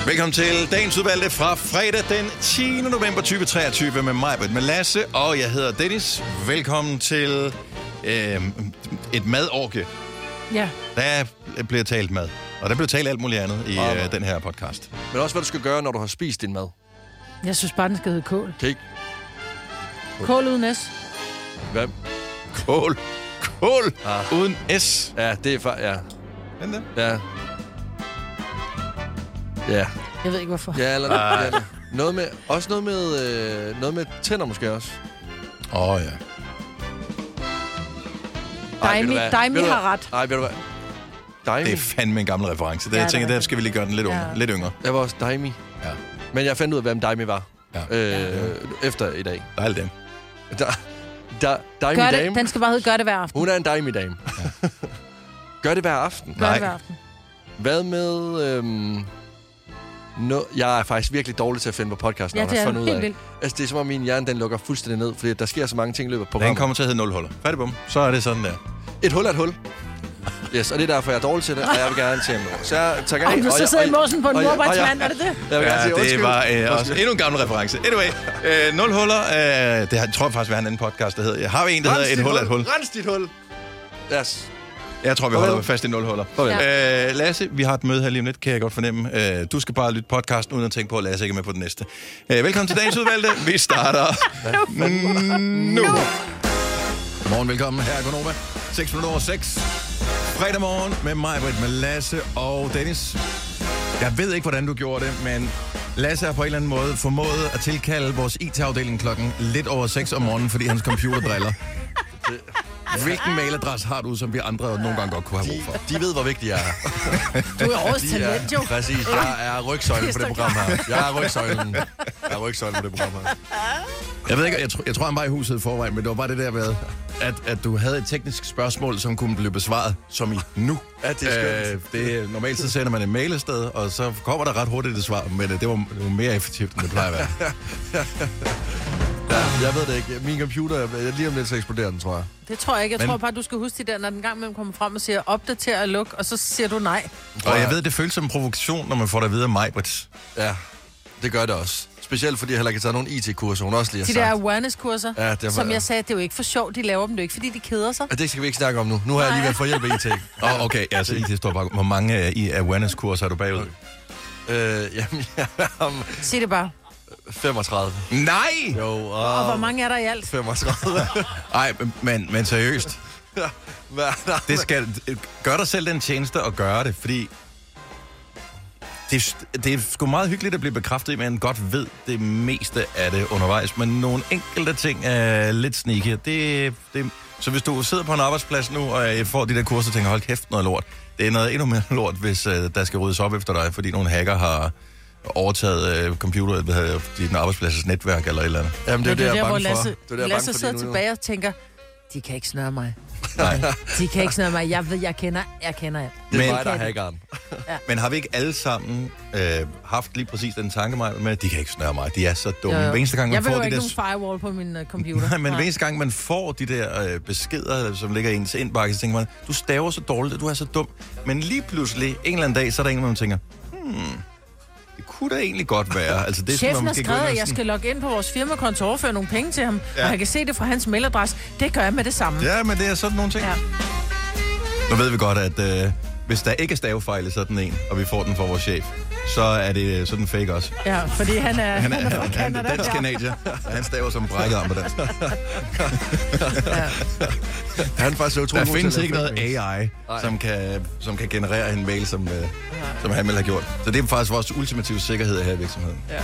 Velkommen til dagens udvalgte fra fredag den 10. november 2023 med mig, med Lasse, og jeg hedder Dennis. Velkommen til et madorgie. Ja. Der bliver talt mad, og der bliver talt alt muligt andet i den her podcast. Men også, hvad du skal gøre, når du har spist din mad. Jeg synes bare, den skal hedde kål. Cake. Kål uden S. Hvad? Kål. Uden S. Ja, det er ja. Den der? Ja. Ja. Jeg ved ikke, hvorfor. Ja, eller noget med... Også noget med tænder måske også. Ja. Daimi har ret. Nej, ved du hvad? Daimi. Det er fandme en gammel reference. Det, jeg tænker, der skal vi lige gøre den lidt yngre. Jeg var også Daimi. Ja. Men jeg fandt ud af, hvem Daimi var. Ja. Efter i dag. Der er alle dem. Daimi dame. Den skal bare hedde Gør det hver aften. Hun er en Daimi dame. Ja. Gør det hver aften? Gør det hver aften. Hvad med... jeg er faktisk virkelig dårlig til at finde på podcasten. Ja, det er helt vildt. Altså, det er som om min hjerne, den lukker fuldstændig ned, fordi der sker så mange ting i løbet af programmet. Den kommer til at hedde 0 huller. Færdig bum. Så er det sådan der. Et hul er et hul. Yes, og det er derfor, jeg er dårlig til det, og jeg vil gerne til ham. Så jeg tager af. Så sidder i måsen på en mordbejdsmand, er det det? Jeg vil gerne sige undskyld. Det var også endnu en gammel reference. Anyway, 0 huller. Det tror jeg faktisk, vi har en anden podcast, der hedder. Jeg har en, der hedder Et hul er et hul. Rens dit hul. Yes. Jeg tror, vi holder fast i 0 huller. Lasse, vi har et møde her lige om lidt, kan jeg godt fornemme. Du skal bare lytte podcasten, uden at tænke på, at Lasse ikke er med på den næste. Velkommen til dagens udvalgte. Vi starter nu. Godmorgen, velkommen. Her er Gonova. 6:06. Fredag morgen med mig, med Lasse og Dennis. Jeg ved ikke, hvordan du gjorde det, men Lasse har på en eller anden måde formået at tilkalde vores IT-afdeling klokken lidt over 6 om morgenen, fordi hans computer driller. Hvilken mailadresse har du, som vi andre nogle gange godt kunne have brug for? De ved, hvor vigtig jeg er. Du er årets talent, jo. Præcis, jeg er rygsøjlen på det program her. Jeg er rygsøjlen på det program her. Jeg ved ikke, jeg tror, han var i huset i forvejen, men det var bare det der med, at du havde et teknisk spørgsmål, som kunne blive besvaret, som i nu. Ja, det er skønt. Normalt så sender man en mail afsted, og så kommer der ret hurtigt et svar, men det var mere effektivt, end det plejer at være. Ja, jeg ved det ikke. Min computer, lige om lidt så eksploderer den, tror jeg. Det tror jeg ikke. Jeg tror bare, du skal huske det der, når den gang mellem kommer frem og siger opdater og luk, og så siger du nej. Og jeg ved, det føles som en provokation, når man får det videre mig, Brits. Ja, det gør det også. Specielt fordi jeg heller ikke har taget nogle IT-kurser, hun også lige har sagt. De der awareness-kurser, ja, som jeg sagde, det er jo ikke for sjovt, de laver dem. Det er ikke, fordi de keder sig. Ja, det skal vi ikke snakke om nu. Nu har jeg alligevel fået hjælp af IT. Okay, altså IT står bare. Hvor mange i awareness-kurser er du bagud? Jamen, Sig det bare. 35. Nej! Jo, og hvor mange er der i alt? 35. Nej, men seriøst. Det skal, gør dig selv den tjeneste at gøre det, fordi det er sgu meget hyggeligt at blive bekræftet, at man godt ved det meste af det undervejs, men nogle enkelte ting er lidt sneaky. Så hvis du sidder på en arbejdsplads nu, og får de der kurser og tænker, hold kæft, noget lort. Det er noget endnu mere lort, hvis der skal ryddes op efter dig, fordi nogle hacker har overtaget computer, din arbejdsplads' netværk eller et eller andet. Jamen, det er der, hvor Lasse sidder tilbage og tænker, de kan ikke snøre mig. Nej. De kan ikke snøre mig. Jeg kender alt. Det er mig, der er hackeren. Ja. Men har vi ikke alle sammen haft lige præcis den tanke med, at de kan ikke snøre mig. De er så dumme. Jo. Eneste gang, man jeg får ikke der... nogen firewall på min computer. Nej, men hver eneste gang, man får de der beskeder, som ligger i ens indbakke, så tænker man, du staver så dårligt, du er så dum. Men lige pludselig, en eller anden dag, så er der en, man tænker, det kunne da egentlig godt være. Altså, det chefen har skrevet, at jeg skal logge ind på vores firmakonto og overføre nogle penge til ham, og jeg kan se det fra hans mailadresse. Det gør jeg med det samme. Ja, men det er sådan nogle ting. Ja. Nu ved vi godt, at hvis der ikke er stavefejl i sådan en, og vi får den fra vores chef, så er det sådan fake også. Ja, fordi han er fra Canada. Han er dansk kanadier. Han staver som brækket om på dansk. Han er faktisk utrolig. Der findes ikke noget AI, som kan generere en mail, som han vil have gjort. Så det er faktisk vores ultimative sikkerhed her i virksomheden. Ja.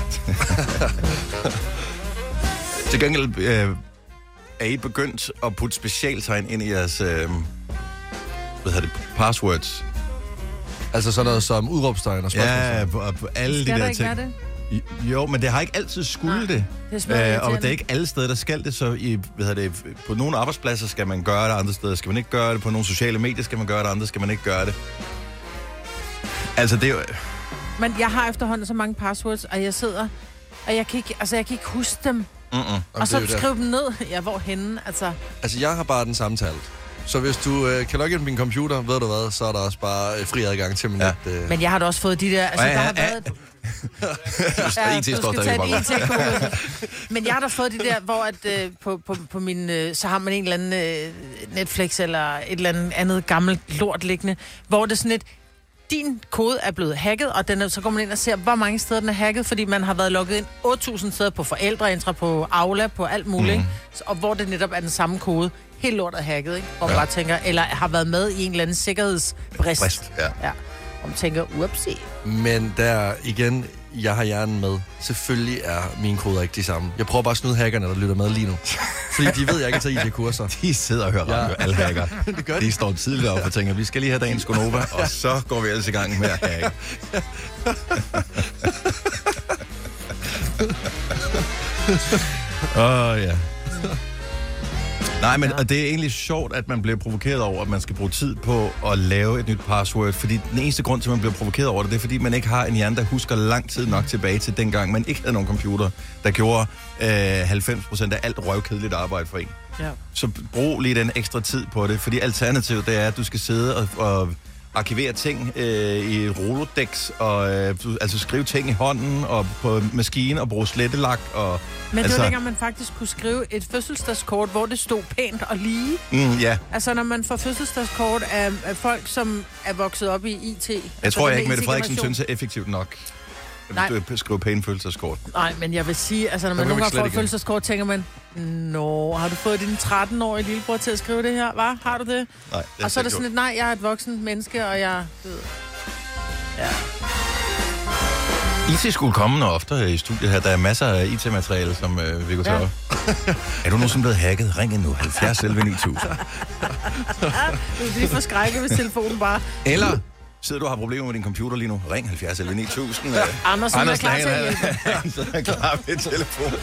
Til gengæld er I begyndt at putte specialtegn ind i jeres passwords. Altså sådan noget som udråbstegn og spørgsmålstegn. Ja, og alle de der ting. Det? Jo, men det har ikke altid skulle det. Og det er ikke alle steder, der skal det. Så på nogle arbejdspladser skal man gøre det, andre steder skal man ikke gøre det. På nogle sociale medier skal man gøre det, andre skal man ikke gøre det. Altså, det er jo... Men jeg har efterhånden så mange passwords, og jeg sidder... Og jeg kan ikke huske dem. Og så skrive dem ned. Ja, hvorhenne? Altså, jeg har bare den samme tal. Så hvis du kan logge ind på min computer, ved du hvad, så er der også bare fri adgang til min net. Men jeg har da også fået de der... Altså, der har været... IT står stadig bare. Men jeg har da fået de der, hvor at, på min... så har man en eller anden Netflix eller et eller andet gammelt lort liggende, hvor det sådan et... Din kode er blevet hacket, og så går man ind og ser, hvor mange steder den er hacket, fordi man har været logget ind 8.000 steder på forældreintra, på Aula, på alt muligt, ikke? Og hvor det netop er den samme kode. Helt lort er hacket, ikke? Og man bare tænker, eller har været med i en eller anden sikkerhedsbrist. Ja. Og man tænker, upsi. Men der igen, jeg har hjernen med. Selvfølgelig er mine koder ikke de samme. Jeg prøver bare at snyde hackerne, der lytter med lige nu. Fordi de ved, jeg ikke kan tage IT-kurser. De sidder og hører radio, alle hacker. Det gør de står tidligere op og tænker, vi skal lige have dagens Gonova, og så går vi ellers i gang med at hacke. Ja. Nej, men og det er egentlig sjovt, at man bliver provokeret over, at man skal bruge tid på at lave et nyt password, fordi den eneste grund til, at man bliver provokeret over det, det er, fordi man ikke har en hjerne, der husker lang tid nok tilbage til dengang, man ikke havde nogen computer, der gjorde 90% af alt røvkedeligt arbejde for en. Ja. Så brug lige den ekstra tid på det, fordi alternativet det er, at du skal sidde og arkivere ting i et Rolodex, og altså skrive ting i hånden, og på maskinen, og bruge slettelak, og... Men det var dengang, man faktisk kunne skrive et fødselsdagskort, hvor det stod pænt og lige. Ja. Altså, når man får fødselsdagskort af folk, som er vokset op i IT. Jeg tror ikke, Mette Frederiksen synes er effektivt nok. Du skriver pænt fødselsdagskort. Nej, men jeg vil sige, altså når man nogle gange får et fødselsdagskort, tænker man, har du fået din 13-årige lillebror til at skrive det her, hva? Har du det? Nej, det og så er det sådan et, nej, jeg er et voksen menneske, og jeg ved... Ja. IT skulle komme ofte i studiet her. Der er masser af IT-materiale, som vi kunne tage op. Er du nogensinde blevet hacket? Ring nu 70 11 9000. Du er lige for skrække, hvis telefonen bare... Eller... Sidder du og har problemer med din computer lige nu? Ring 70 11 9000. Anders er klar til at hjælpe. Han er klar med telefonen.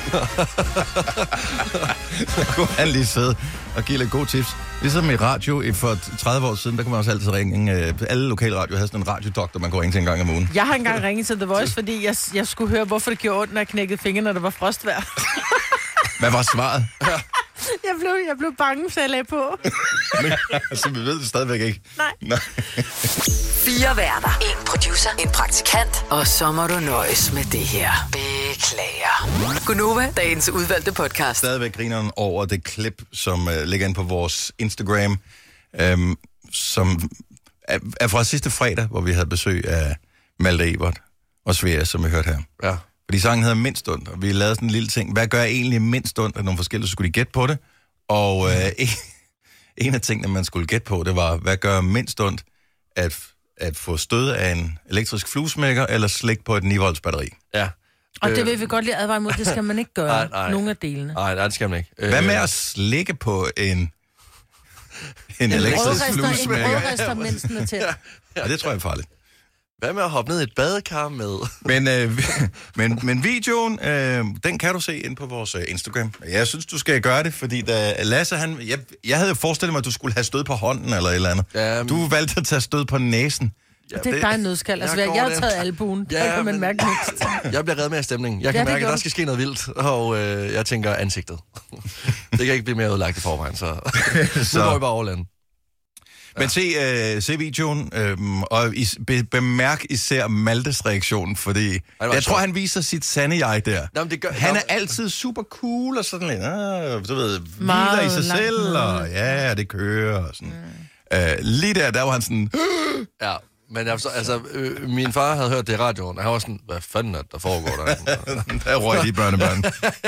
Så kunne han lige sidde og give lidt gode tips. Ligesom i radio for 30 år siden, der kunne man også altid ringe. Alle lokale radio havde sådan en radiodoktor, man kunne ringe til en gang om ugen. Jeg har engang ringet til The Voice, fordi jeg skulle høre, hvorfor det gjorde ondt, når jeg knækkede fingre, når det var frostvejr. Hvad var svaret? Jeg blev bange, så jeg lagde på. Men, altså, vi ved det stadigvæk ikke. Nej. 4 værter. 1 producer. 1 praktikant. Og så må du nøjes med det her. Beklager. Gonova, dagens udvalgte podcast. Stadigvæk griner over det klip, som ligger inde på vores Instagram, som er fra sidste fredag, hvor vi havde besøg af Malte Ebert og Svea, som vi hørte her. Ja. Fordi sangen hedder Mindst Ondt, og vi lavede sådan en lille ting. Hvad gør egentlig mindst ondt? At nogle forskellige, så skulle de gætte på det. Og en af tingene, man skulle gætte på, det var, hvad gør mindst ondt? At få stød af en elektrisk fluesmækker, eller slik på et 9-volts batteri. Ja. Og det vil vi godt lige advare imod. Det skal man ikke gøre, nogen af delene. Nej, det skal man ikke. Hvad med at slikke på en elektrisk fluesmækker? En rødrester, mens den er tæt. Ja, det tror jeg er farligt. Hvad med at hoppe ned i et badekar med? Men videoen, den kan du se ind på vores Instagram. Jeg synes, du skal gøre det, fordi da Lasse, jeg havde forestillet mig, at du skulle have stød på hånden eller et eller andet. Ja, men... Du valgte at tage stød på næsen. Ja, det er dig en nødskal. Altså, jeg har taget albuen. Ja, der kan man mærke mindst. Jeg bliver reddet med af stemningen. Jeg kan mærke, at der skal ske noget vildt, og jeg tænker ansigtet. Det kan ikke blive mere udlagt i forvejen, så nu går vi bare overlande. Men se videoen, og bemærk især Maltes reaktion, fordi jeg tror, han viser sit sande jeg der. Han er altid super cool og sådan lidt, du ved, hviler i sig selv, og ja, det kører og sådan. Lige der var han sådan... Ja, men altså, min far havde hørt det i radioen, og han var sådan, hvad fanden er der foregår der? Der røg de børnebørn.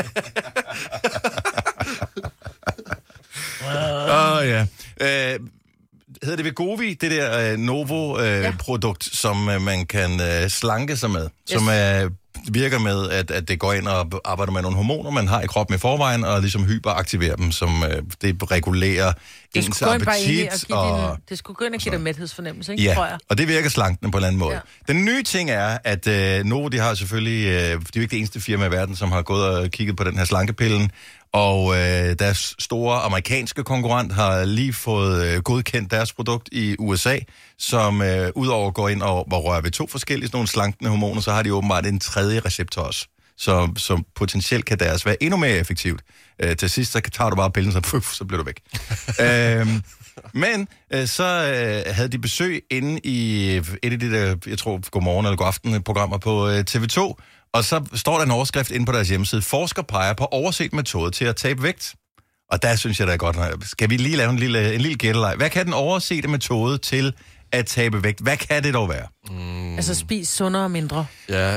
Ja. Hedder det Vegovi, det der Novo-produkt, som man kan slanke sig med, som virker med, at det går ind og arbejder med nogle hormoner, man har i kroppen i forvejen, og ligesom hyperaktiverer dem, som det regulerer ens appetit. Det skulle gå ind og give dig mæthedsfornemmelse, ikke? Tror jeg. Og det virker slankende på en eller anden måde. Ja. Den nye ting er, at Novo, de har selvfølgelig, de er jo ikke det eneste firma i verden, som har gået og kigget på den her slankepillen, og deres store amerikanske konkurrent har lige fået godkendt deres produkt i USA, som udover går ind og rører ved 2 forskellige sådan nogle slankende hormoner, så har de åbenbart en 3. receptor også, som potentielt kan deres være endnu mere effektivt. Til sidst, så tager du bare pillen, så bliver du væk. Men så havde de besøg inde i et af de der, jeg tror, godmorgen eller godaften-programmer på TV2, og så står der en overskrift inde på deres hjemmeside. Forsker peger på overset metode til at tabe vægt. Og der synes jeg, der er godt. Skal vi lige lave en lille gætteleg? Hvad kan den oversete metode til at tabe vægt? Hvad kan det dog være? Altså spis sundere og mindre. Ja.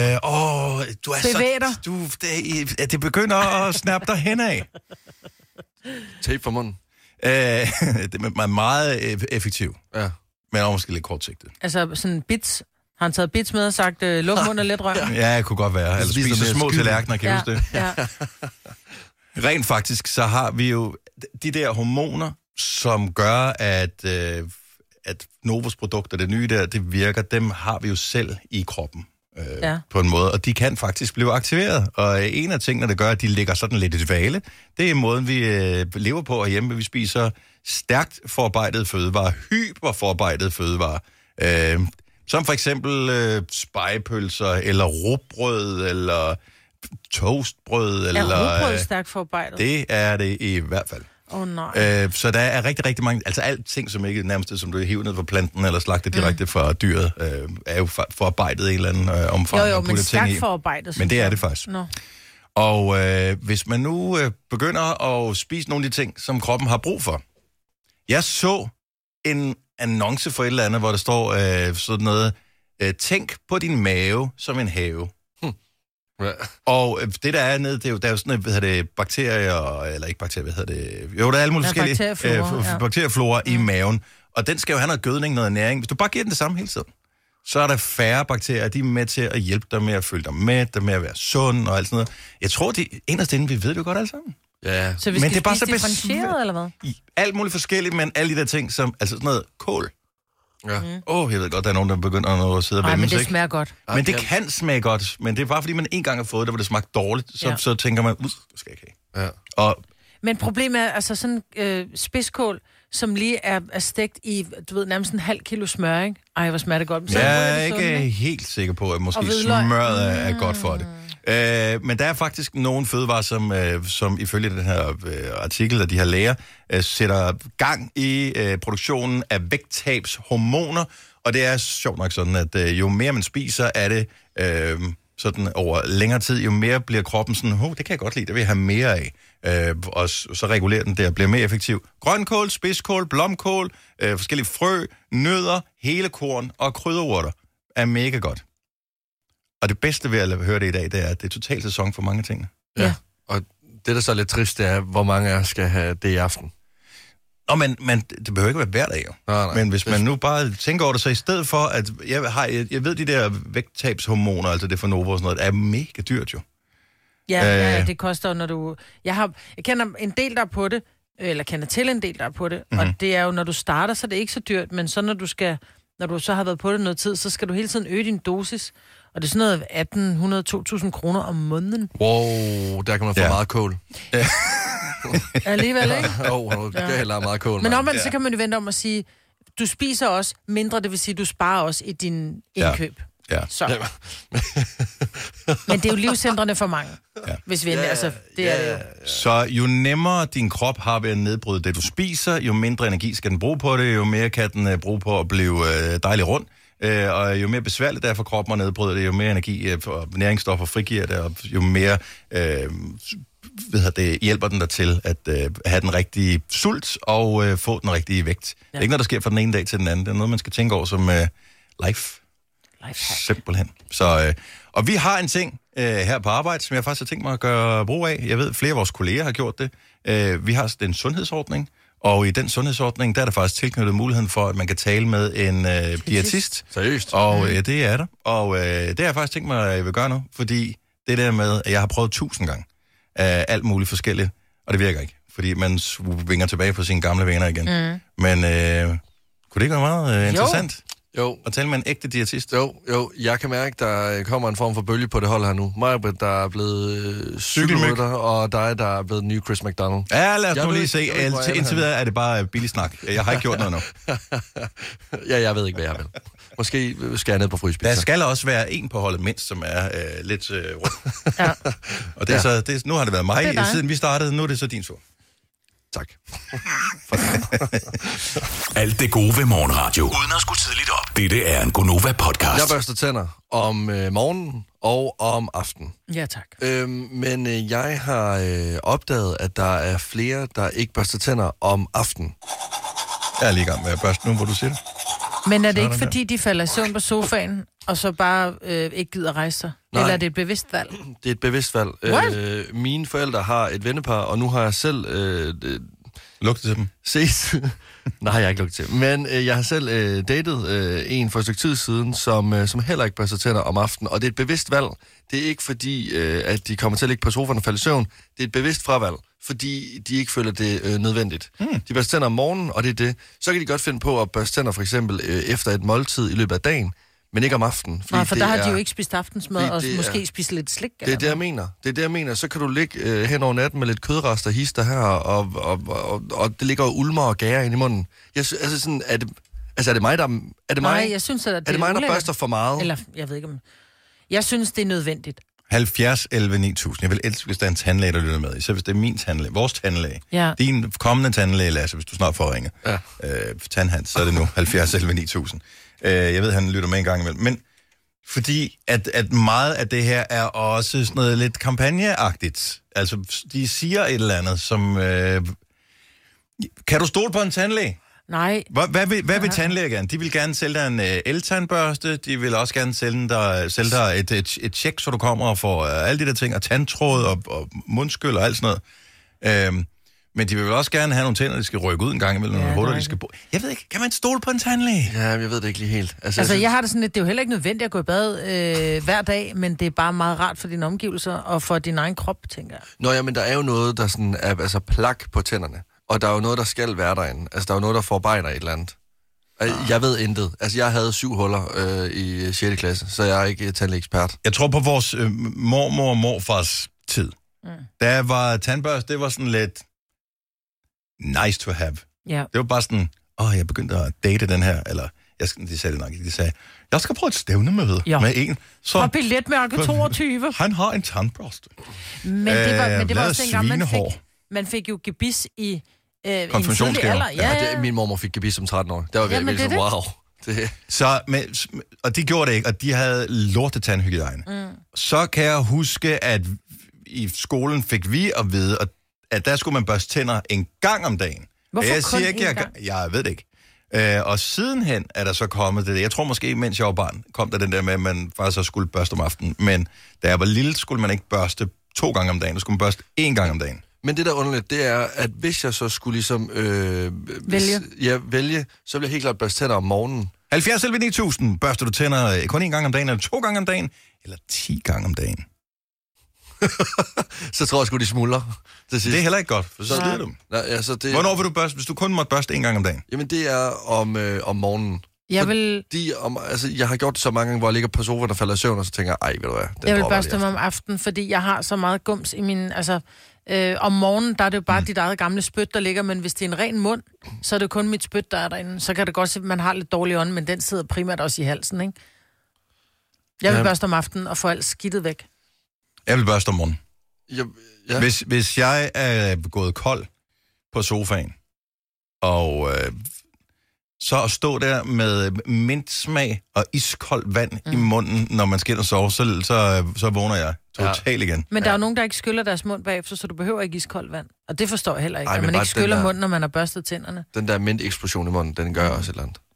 Du er så... Det begynder at snappe dig henad. Tape for munden. Det er meget effektiv. Ja. Men også måske lidt kortsigtet. Altså sådan bits. Har han taget bits med og sagt, luk mund og let rør? Ja, det kunne godt være. Eller spiser små tallerkener, kan du huske det? Ja. Rent faktisk, så har vi jo de der hormoner, som gør, at Novos produkter, det nye der, det virker, dem har vi jo selv i kroppen. På en måde, og de kan faktisk blive aktiveret. Og en af tingene, der gør, at de ligger sådan lidt i dvale, det er måden, vi lever på herhjemme. Vi spiser stærkt forarbejdet fødevarer, hyperforarbejdet fødevarer, som for eksempel spegepølser, eller rugbrød, eller toastbrød. Eller rugbrød stærkt forarbejdet? Det er det i hvert fald. Nej. Så der er rigtig, rigtig mange, altså alting, som ikke nærmest som du hiver ned fra planten eller slagter direkte fra dyret, er jo forarbejdet i en eller anden omfang. Jo, men stærkt forarbejdet. Men det er det faktisk. Og hvis man nu begynder at spise nogle af de ting, som kroppen har brug for. Jeg så en annonce for et eller andet, hvor der står sådan noget, tænk på din mave som en have. Ja. Og det der er nede, der er jo sådan, bakterier, eller ikke bakterier, jo, der er alle mulige forskellige bakterieflora i maven, og den skal jo have noget gødning, noget næring. Hvis du bare giver den det samme hele tiden, så er der færre bakterier, de er med til at hjælpe dig med at føle dig mæt, med at være sund og alt sådan noget. Jeg tror, det inderst inden, vi ved det jo godt alle sammen. Ja. Så vi skal spise differentieret, eller hvad? Alt muligt forskelligt, men alle de der ting, som, altså sådan noget kål. Ja. Jeg ved godt, der er nogen, der begynder at sidde og vende. Men det smager godt. Men det kan smage godt, men det er bare fordi, man en gang har fået det, hvor det smagte dårligt, så tænker man, det skal jeg ikke have. Ja. Men problemet er, altså sådan spidskål, som lige er stegt i, du ved, nærmest en halv kilo smør, ikke? Ej, hvor smager det godt. Jeg er ikke helt sikker på, at måske smøret er godt for det. Men der er faktisk nogle fødevarer, som ifølge den her artikel af de her læger, sætter gang i produktionen af vægttabshormoner, og det er sjovt nok sådan, at jo mere man spiser af det sådan over længere tid, jo mere bliver kroppen sådan, det kan jeg godt lide, det vil jeg have mere af. Og så regulerer den det og bliver mere effektiv. Grønkål, spidskål, blomkål, forskellige frø, nødder, hele korn og krydderurter er mega godt. Og det bedste ved at høre det i dag, det er, at det er totalt sæson for mange ting. Ja. Og det, der så er lidt trist, det er, hvor mange af os skal have det i aften. Men det behøver ikke være hver dag, jo. Nej. Men hvis man nu bare tænker over det, så i stedet for, at jeg ved, de der vægttabshormoner, altså det for Novo og sådan noget, er mega dyrt jo. Ja, det koster, når du... Jeg kender en del, der er på det, eller kender til en del, der er på det, og det er jo, når du starter, så er det ikke så dyrt, men så når du så har været på det noget tid, så skal du hele tiden øge din dosis, og det er sådan noget 1.800-2.000 kroner om måneden. Wow, der kan man få meget kål. Alligevel, ikke? Det er heller meget kål. Men omvendt, så kan man jo vente om at sige, du spiser også mindre, det vil sige, du sparer også i din indkøb. Ja. Så. Men det er jo livscentrene for mange, hvis vi endelig, altså, det er det jo. Så jo nemmere din krop har ved at nedbryde det, du spiser, jo mindre energi skal den bruge på det, jo mere kan den bruge på at blive dejlig rund, og jo mere besværligt det er for kroppen at nedbryde det, jo mere energi og næringsstoffer frigiver det, og jo mere hjælper den dig til at have den rigtige sult og få den rigtige vægt. Det er ikke noget, der sker fra den ene dag til den anden. Det er noget, man skal tænke over som life. Simpelthen. Så, og vi har en ting her på arbejde, som jeg faktisk har tænkt mig at gøre brug af. Jeg ved, flere af vores kolleger har gjort det. Vi har en sundhedsordning, og i den sundhedsordning, der er der faktisk tilknyttet muligheden for, at man kan tale med en diætist. Seriøst? Og det er der. Og det har jeg faktisk tænkt mig, at jeg vil gøre nu, fordi det der med, at jeg har prøvet 1000 gange alt muligt forskelligt, og det virker ikke, fordi man svinger tilbage på sine gamle vaner igen. Men kunne det ikke være meget interessant? Jo. Og tale med en ægte diætist. Jo. Jeg kan mærke, der kommer en form for bølge på det hold her nu. Majbrit, der er blevet cykelrytter, og dig, der er blevet ny Chris McDonald. Ja, lad os nu lige se. Indtil videre er det bare billig snak. Jeg har ikke gjort noget nu. Ja, jeg ved ikke, hvad jeg vil. Måske skal jeg ned på frysepizza. Der skal også være en på holdet mindst, som er lidt rund. Og det er så, nu har det været mig, siden vi startede. Nu er det så din tur. Tak. Alt det gode ved morgenradio. Uden at skulle tidligt op. Dette er en Gonova-podcast. Jeg børster tænder om morgenen og om aftenen. Ja, tak. Men jeg har opdaget, at der er flere, der ikke børster tænder om aftenen. Jeg er lige i gang med at børste nu, hvor du siger det. Men er det ikke, fordi de falder i søvn på sofaen, og så bare ikke gider rejse sig? Nej. Eller er det et bevidst valg? Det er et bevidst valg. Mine forældre har et vennepar, og nu har jeg selv... Lugtet til dem? Ses. Nej, jeg har ikke lukket til. Men jeg har selv datet en for et stykke tid siden, som heller ikke børster tænder om aftenen. Og det er et bevidst valg. Det er ikke fordi, at de kommer til at ligge på sofaen og falde i søvn. Det er et bevidst fravalg, fordi de ikke føler det nødvendigt. De børster tænder om morgenen, og det er det. Så kan de godt finde på at børste tænder for eksempel efter et måltid i løbet af dagen, men ikke om aftenen. Nej, for der har de jo ikke spist aftensmad, og måske spist lidt slik. Det er det, jeg mener. Det er det, jeg mener. Så kan du ligge hen over natten med lidt kødrester, hister her, og det ligger jo ulmer og gærer ind i munden. Er det mig, der... Nej, jeg synes, at er det mig, der børster for meget? Eller, jeg ved ikke om... Jeg synes, det er nødvendigt. 70 11 9000. Jeg vil elske, hvis der er en tandlæge, der lytter med. Så hvis det er min tandlæge, vores tandlæge. Ja. Din kommende tandlæge, Lasse, hvis du snart får ringe. Ja. Tandhans, så er det nu 70 11 9000. Jeg ved, han lytter med en gang imellem. Men fordi at meget af det her er også sådan noget lidt kampagneagtigt. Altså, de siger et eller andet, som... Kan du stole på en tandlæge? Nej. Hvad vil tandlæger gerne? De vil gerne sælge dig en el-tandbørste. De vil også gerne sælge dig et check, så du kommer og får alle de der ting, og tandtråd og mundskyld og alt sådan noget. Men de vil også gerne have nogle tænder, de skal rykke ud en gang imellem, nogle huller, de skal bo. Jeg ved ikke, kan man stole på en tandlæge? Ja, jeg ved det ikke lige helt. Altså jeg har det sådan lidt, det er jo heller ikke nødvendigt at gå i bad hver dag, men det er bare meget rart for dine omgivelser og for din egen krop, tænker jeg. Nå ja, men der er jo noget, der sådan er altså plak på tænderne. Og der er jo noget, der skal være derinde. Altså, der er jo noget, der forarbejder et eller andet. Jeg ved intet. Altså, jeg havde 7 huller i 6. klasse, så jeg er ikke tandlægeekspert. Jeg tror på vores mormor og morfars tid. Der var tandbørste, det var sådan lidt nice to have. Ja. Det var bare sådan, jeg begyndte at date den her, eller de sagde det nok ikke, de sagde, jeg skal prøve et stævnemøde med en. Så, og billetmærke 22. Han har en tandbørste. Men det var også dengang, man fik jo gebis i konfirmationsgave. Ja. Min mormor fik gebis som 13-årig. Der var virkelig sådan, wow. Så, og de gjorde det ikke, og de havde lortet tandhygiejne. Så kan jeg huske, at i skolen fik vi at vide, at der skulle man børste tænder en gang om dagen. Hvorfor jeg kun siger ikke, jeg ved det ikke. Og sidenhen er der så kommet det. Jeg tror måske, mens jeg var barn, kom der den der med, at man faktisk også skulle børste om aftenen. Men da jeg var lille, skulle man ikke børste 2 gange om dagen. Der skulle man børste 1 gang om dagen. Men det der underligt, det er, at hvis jeg så skulle ligesom... vælge, så ville jeg helt klart børste tænder om morgenen. 70 11 9000. Børster du tænder kun 1 gang om dagen, eller 2 gange om dagen, eller 10 gange om dagen? Så tror jeg sgu, de smuldrer. Det er heller ikke godt, for så slider du dem. Hvornår vil du børste, hvis du kun måtte børste 1 gang om dagen? Jamen, det er om morgenen. Jeg har gjort det så mange gange, hvor jeg ligger på sofaen og falder i søvn, og så tænker jeg, ved du hvad? Jeg vil børste mig om aftenen, fordi jeg har så meget gums i min... om morgenen, der er det jo bare dit eget gamle spyt, der ligger, men hvis det er en ren mund, så er det kun mit spyt, der er derinde. Så kan det godt se, at man har lidt dårlig ånd, men den sidder primært også i halsen, ikke? Jeg vil børste om aftenen og få alt skidtet væk. Jeg vil børste om morgenen. Ja. Hvis jeg er gået kold på sofaen, og så at stå der med mintsmag og iskoldt vand i munden, når man skal ind og sove, så vågner jeg totalt igen. Men der er jo nogen, der ikke skyller deres mund bagefter, så du behøver ikke iskoldt vand. Og det forstår jeg heller ikke, at man ikke skyller munden, når man har børstet tænderne. Den der mint-eksplosion i munden, den gør også et eller andet.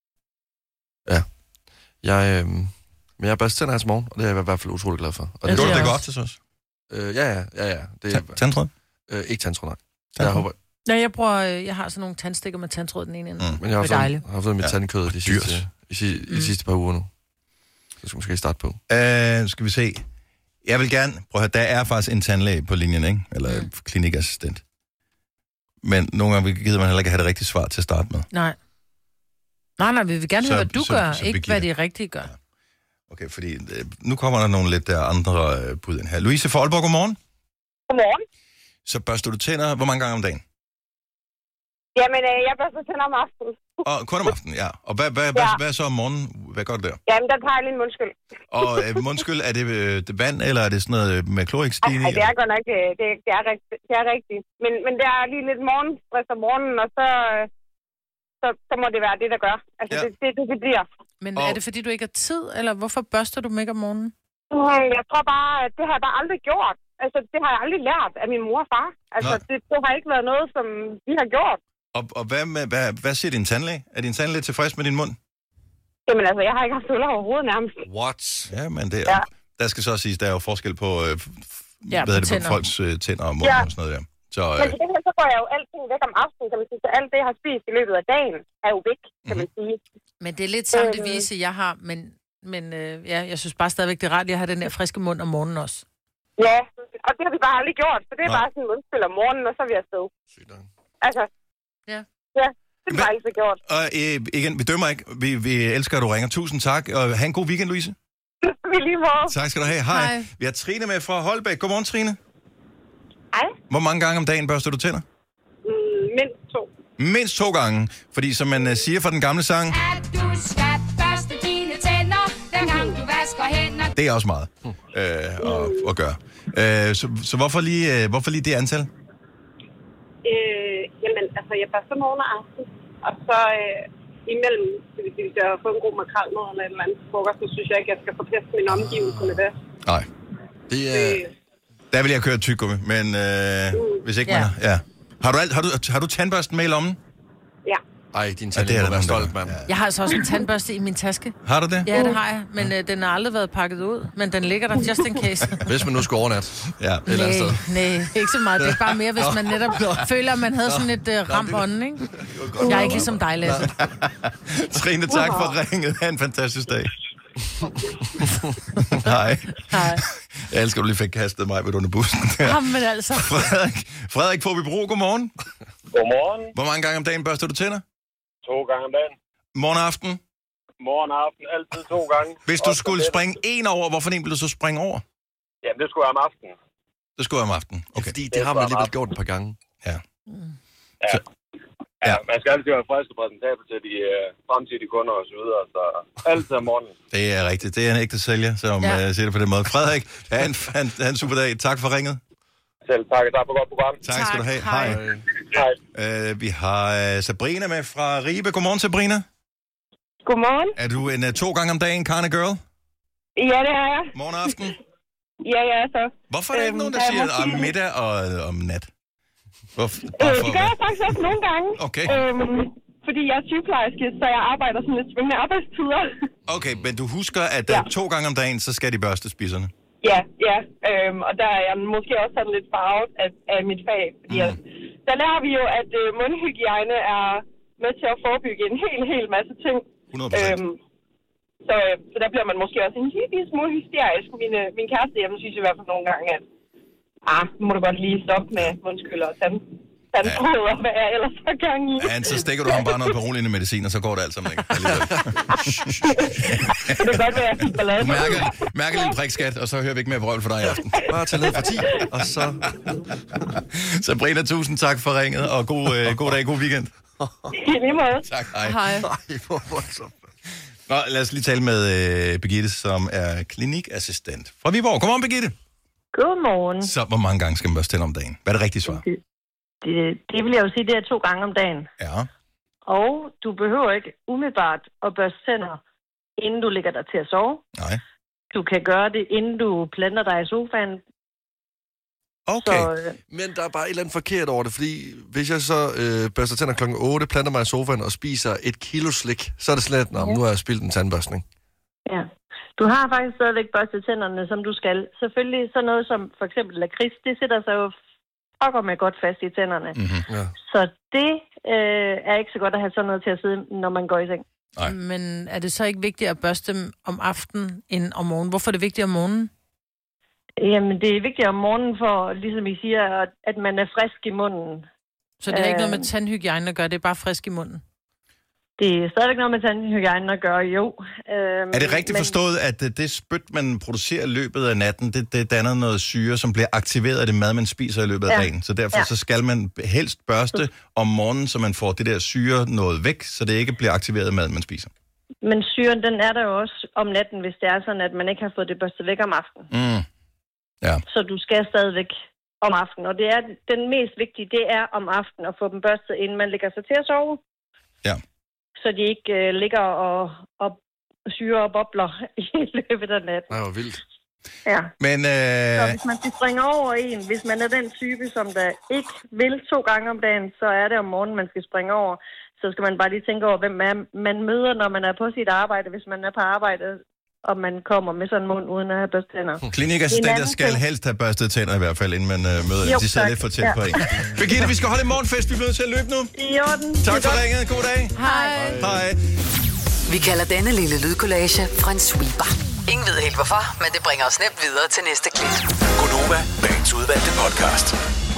Ja. Men jeg har børstet tænder her til morgen, og det er jeg i hvert fald utrolig glad for. Og det går det godt til os? Ja. Tandtråd? Ikke tandtråd, nej. Jeg har sådan nogle tandstikker med tandtråd den ene ende. Men jeg har fået mit tandkød de sidste par uger nu. Det skal måske starte på. Skal vi se. Jeg vil gerne... Prøv at høre, der er faktisk en tandlæge på linjen, ikke? Eller klinikassistent. Men nogle gange gider man heller ikke have det rigtige svar til at starte med. Nej, vi vil gerne høre, hvad du gør, ikke hvad de rigtige gør. Ja. Okay, fordi nu kommer der nogle lidt andre bud ind her. Louise fra Aalborg, godmorgen. Godmorgen. Så børster du tænder hvor mange gange om dagen? Jamen, jeg børster tænder om aftenen. Og kun om aftenen, ja. Og hvad så om morgenen? Hvad gør du der? Jamen, der tager jeg lige en mundskyld. Og mundskyld, er det vand, eller er det sådan noget med klorekstin i? Nej, det er godt nok, det er rigtigt. Men det er lige lidt morgenstress om morgenen, og så må det være det, der gør. Altså, det bliver. Men er det, fordi du ikke har tid, eller hvorfor børster du dem ikke om morgenen? Jeg tror bare, at det har jeg bare aldrig gjort. Altså, det har jeg aldrig lært af min mor og far. Altså, det har ikke været noget, som vi har gjort. Og hvad siger din tandlæge? Er din tandlæge tilfreds med din mund? Jamen altså, jeg har ikke haft huller overhovedet nærmest. What? Ja, men der skal så siges, der er jo forskel på, på folks tænder og mund og sådan noget der. Så, men til det her, så går jeg jo alting væk om aftenen, kan man sige. Så alt det, jeg har spist i løbet af dagen, er jo væk, kan man sige. Men det er lidt samme devise, jeg har, men jeg synes bare stadigvæk, det er rart, at jeg har den der friske mund om morgenen også. Ja, og det har vi bare aldrig gjort, så det er bare sådan en mundspil om morgenen, og så er vi afsted. Altså, ja, det har vi aldrig gjort. Og igen, vi dømmer ikke. Vi elsker, at du ringer. Tusind tak, og have en god weekend, Louise. Vi lige må. Tak skal du have. Hej. Vi har Trine med fra Holbæk. Godmorgen, Trine. Hej. Hvor mange gange om dagen børster du tænder? Mindst 2. Mindst 2 gange, fordi som man siger fra den gamle sang... At du skal børste dine tænder, hver gang du vasker hænder. Det er også meget at gøre. Så hvorfor lige det antal? Jamen, altså, jeg børster morgen og aften, og så imellem, hvis jeg har fået en god makrelmad eller et eller andet frokost, så synes jeg ikke, jeg skal forpeste min omgivelse med det. Nej. Der vil jeg køre tyggegummi, men hvis ikke man har... Ja. Har du tandbørsten med i lommen? Ja. Ej, din tandlæge må være stolt, mand. Jeg har altså også en tandbørste i min taske. Har du det? Ja, det har jeg, men den har aldrig været pakket ud. Men den ligger der just in case. Hvis man nu skal overnatte et eller andet sted. Nej, ikke så meget. Det er bare mere, hvis man netop føler, at man havde sådan et ram ånden, ikke? Jeg er ikke ligesom dig, Lasse. Trine, tak for ringet. Ha' en fantastisk dag. Hej. Jeg elsker, at du lige fik kastet mig ved under bussen. Jamen altså. Frederik Forbibro, godmorgen. Godmorgen. Hvor mange gange om dagen børster du tænder? 2 gange om dagen. Morgen og aften? Morgen og aften, altid 2 gange. Hvis du skulle springe en over, hvorfor en ville du så springe over? Jamen, det skulle være om aftenen. Det skulle være om aftenen, okay. Fordi det har man alligevel gjort et par gange. Ja. Ja, man skal altid være frisk og præsentabel til de fremtidige kunder og så videre, så altid om morgenen. Det er rigtigt. Det er en ægte sælger, som siger det på den måde. Frederik, ha' en super dag. Tak for ringet. Selv tak, og tak for godt program. Tak skal du have. Hej. Vi har Sabrina med fra Ribe. Godmorgen, Sabrina. Godmorgen. Er du en 2 gange om dagen Karne Girl? Ja, det er jeg. Morgen og aften? Ja, så. Hvorfor er der ikke nogen, der siger om middag og om nat? Det gør jeg faktisk også nogle gange. Okay. Fordi jeg er sygeplejerske, så jeg arbejder sådan lidt svingende arbejdstider. Okay, men du husker, at 2 gange om dagen, så skal de børste spiserne? Ja. Og der er jeg måske også sådan lidt farvet af mit fag. Fordi der lærer vi jo, at mundhygiejne er med til at forebygge en hel masse ting. 100%. Så der bliver man måske også en lille smule hysterisk. Min kæreste hjemme synes i hvert fald nogle gange, at nu må du godt lige stoppe med mundskyld og tandprøver, hvad jeg ellers har gang i. Ja, så stikker du ham bare noget beroligende medicin, og så går det alt sammen ikke. Det er godt være, at jeg ballade. Du mærker lidt prikskat, og så hører vi ikke mere vrøvl for dig i aften. Bare tage ned for 10, og så... Sabrina, tusind tak for ringet, og god dag, god weekend. I lige måde. Tak, hej. Hej. Nå, lad os lige tale med Birgitte, som er klinikassistent fra Viborg. Godmorgen, Birgitte. Godmorgen. Så hvor mange gange skal man børste tænder om dagen? Hvad er det rigtige svar? Det vil jeg jo sige, det er 2 gange om dagen. Ja. Og du behøver ikke umiddelbart at børste tænder, inden du ligger dig til at sove. Nej. Du kan gøre det, inden du planter dig i sofaen. Okay. Men der er bare et eller andet forkert over det, fordi hvis jeg så børster tænder klokken 8, planter mig i sofaen og spiser 1 kilo slik, så er det slet, nu har jeg spildt en tandbørstning. Ja. Du har faktisk stadigvæk børstet tænderne, som du skal. Selvfølgelig så noget som for eksempel lakrids, det sætter sig jo med godt fast i tænderne. Mm-hmm. Ja. Så det er ikke så godt at have sådan noget til at sidde, når man går i seng. Nej. Men er det så ikke vigtigt at børste dem om aftenen end om morgenen? Hvorfor er det vigtigt om morgenen? Jamen, det er vigtigt om morgenen for, ligesom I siger, at man er frisk i munden. Så det er ikke noget med tandhygiejne at gøre, det er bare frisk i munden? Det er stadigvæk noget med tandhygiejne at gøre, jo. Er det rigtigt forstået, at det spyt, man producerer i løbet af natten, det danner noget syre, som bliver aktiveret af det mad, man spiser i løbet af dagen? Så derfor så skal man helst børste om morgenen, så man får det der syre noget væk, så det ikke bliver aktiveret af mad, man spiser? Men syren, den er der jo også om natten, hvis det er sådan, at man ikke har fået det børstet væk om aftenen. Ja. Så du skal stadigvæk om aftenen. Og det er den mest vigtige, det er om aftenen at få dem børstet, inden man lægger sig til at sove. Ja. Så de ikke ligger og syre og bobler i løbet af natten. Nej, hvor vildt. Ja. Men, Så hvis man skal springe over en, hvis man er den type, som der ikke vil 2 gange om dagen, så er det om morgenen, man skal springe over. Så skal man bare lige tænke over, hvem man møder, når man er på sit arbejde, hvis man er på arbejde, og man kommer med sådan en mund uden at have børstet tænder. Klinikassistenter skal helst have børstet tænder i hvert fald, inden man møder. Jo, de sidder lidt for tæt på en. Birgitte, vi skal holde en morgenfest. Vi bliver nødt til at løbe nu. I orden. Tak for ringet. God dag. Hej. Hej. Vi kalder denne lille lydkollage en sweeper. Ingen ved helt hvorfor, men det bringer os nemt videre til næste klip. Gunova, dagens udvalgte podcast.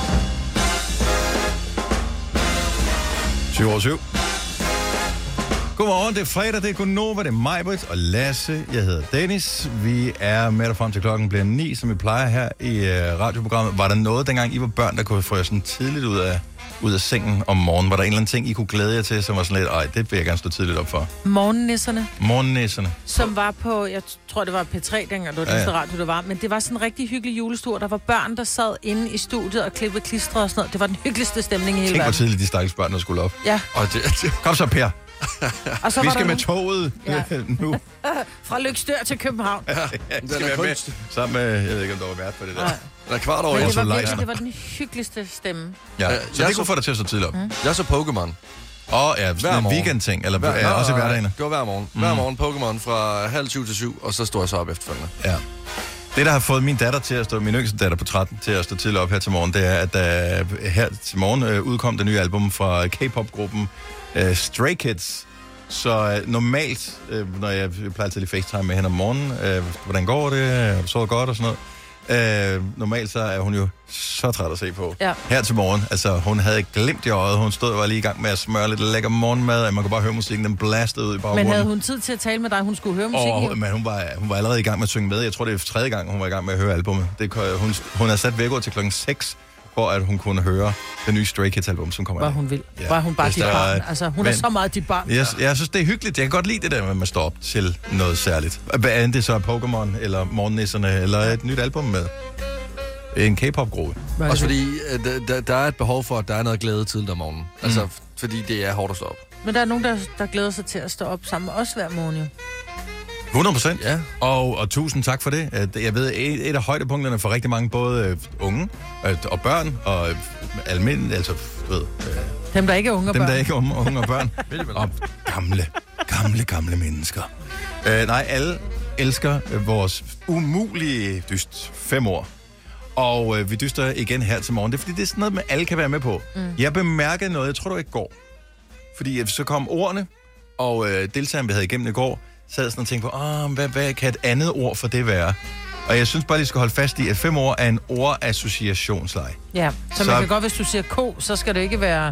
7:07. Godmorgen, det er fredag, det er Gunova, det er Majbrit og Lasse. Jeg hedder Dennis. Vi er med dig frem til klokken bliver 9, som vi plejer her i radioprogrammet. Var der noget, dengang I var børn, der kunne få jer sådan tidligt ud af sengen om morgenen? Var der en eller anden ting, I kunne glæde jer til, som var sådan lidt, det vil jeg gerne stå tidligt op for? Morgennisserne. Som var på, jeg tror det var P3 dengang, det var det radio, der var. Men det var sådan en rigtig hyggelig julestur. Der var børn, der sad inde i studiet og klippede klister og sådan noget. Det var den hyggeligste stemning i hele verden. Tænk, hvor tidligt de stakkels børn, der skulle op. Ja. Kom så, Per. Og så vi skal med toget nu. Fra Løgstør til København. Ja, den er med. Sammen med, jeg ved ikke, om der var vært på det der. Den er kvart over. Det var den hyggeligste stemme. Ja, så det kunne få dig til at stå tidligt op. Jeg så Pokémon. En weekend-ting, eller også i hverdagen. Det var hver morgen. Hver morgen Pokémon fra 6:30 til 7, og så stod jeg så op efterfølgende. Ja. Det, der har fået min datter til at stå, min yngste datter på 13, til at stå tidligt op her til morgen, det er, at her til morgen udkom det nye album fra K-pop-gruppen Stray Kids. Så normalt, når jeg plejer til at FaceTime med hende om morgenen, hvordan går det, har du sovet godt og sådan noget. Normalt så er hun jo så træt at se på. Ja. Her til morgen, altså hun havde glemt i øjet, hun stod og var lige i gang med at smøre lidt lækker morgenmad, og man kunne bare høre musikken, den blastede ud i baggrunden. Men havde hun tid til at tale med dig, hun skulle høre musikken? Men hun var allerede i gang med at synge med. Jeg tror, det er 3. gang, hun var i gang med at høre albumet. Hun har sat væk til klokken 6, for at hun kunne høre det nye Stray Kids album, som kommer. Hvor hun vil. Ja. Hvor hun bare dit barn. Altså, hun er så meget dit barn. Jeg synes, det er hyggeligt. Jeg kan godt lide det der, med at man står op til noget særligt. Hvad end det så er Pokémon, eller Morgennisserne, eller et nyt album med en K-pop-gruppe. Også fordi, der er et behov for, at der er noget glæde tidligt om morgenen. Altså, fordi det er hårdt at stå op. Men der er nogen, der glæder sig til at stå op sammen med os hver morgen, jo. 100%. Ja. Og tusind tak for det. Jeg ved, et af højdepunkterne for rigtig mange, både unge og børn, og almindelige, altså, ved... Dem, der ikke er unge og børn. Dem, der ikke er unge og børn. Og gamle mennesker. Nej, alle elsker vores umulige dyst 5 år. Og vi dyster igen her til morgen. Det er fordi, det er sådan noget, man alle kan være med på. Jeg bemærkede noget, jeg tror, det ikke går. Fordi så kom ordene, og deltageren, vi havde igennem i går, sad sådan og tænkte på, hvad kan et andet ord for det være? Og jeg synes bare, de skal holde fast i, at 5 år er en ordassociationsleje. Ja, så man kan godt, hvis du siger ko, så skal det ikke være...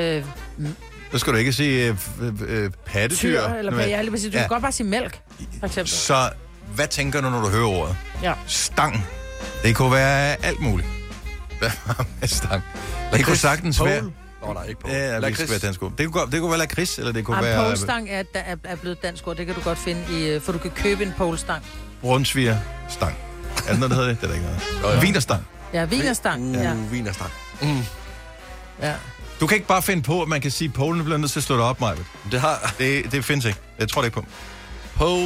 Så skal du ikke sige pattedyr. Du kan godt bare sige mælk, for eksempel. Så hvad tænker du, når du hører ordet? Ja. Stang. Det kunne være alt muligt. Hvad med stang? Det kunne sagtens være... Nej, ikke på. Ja, det skal være dansk ord. Det kunne være lakrids, eller det kunne være... Polestang er blevet dansk ord. Det kan du godt finde i... For du kan købe en polestang. Brunsviger stang. Er det noget, der hedder det? Det er der ikke noget. Vinerstang. Ja, vinerstang. Vinerstang. Ja. Du kan ikke bare finde på, at man kan sige, at Polen bliver nødt til at slå dig op, Maja. Det findes ikke. Jeg tror det ikke på.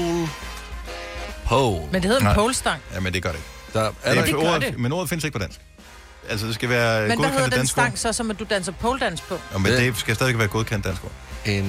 Pole. Men det hedder en polestang. Ja, men det gør det ikke. Men ordet findes ikke på dansk. Altså, det skal være men godkendt dansk ord. Men hvad hedder den stang så, som du danser poledans på? Ja, men det skal stadig være godkendt dansk ord.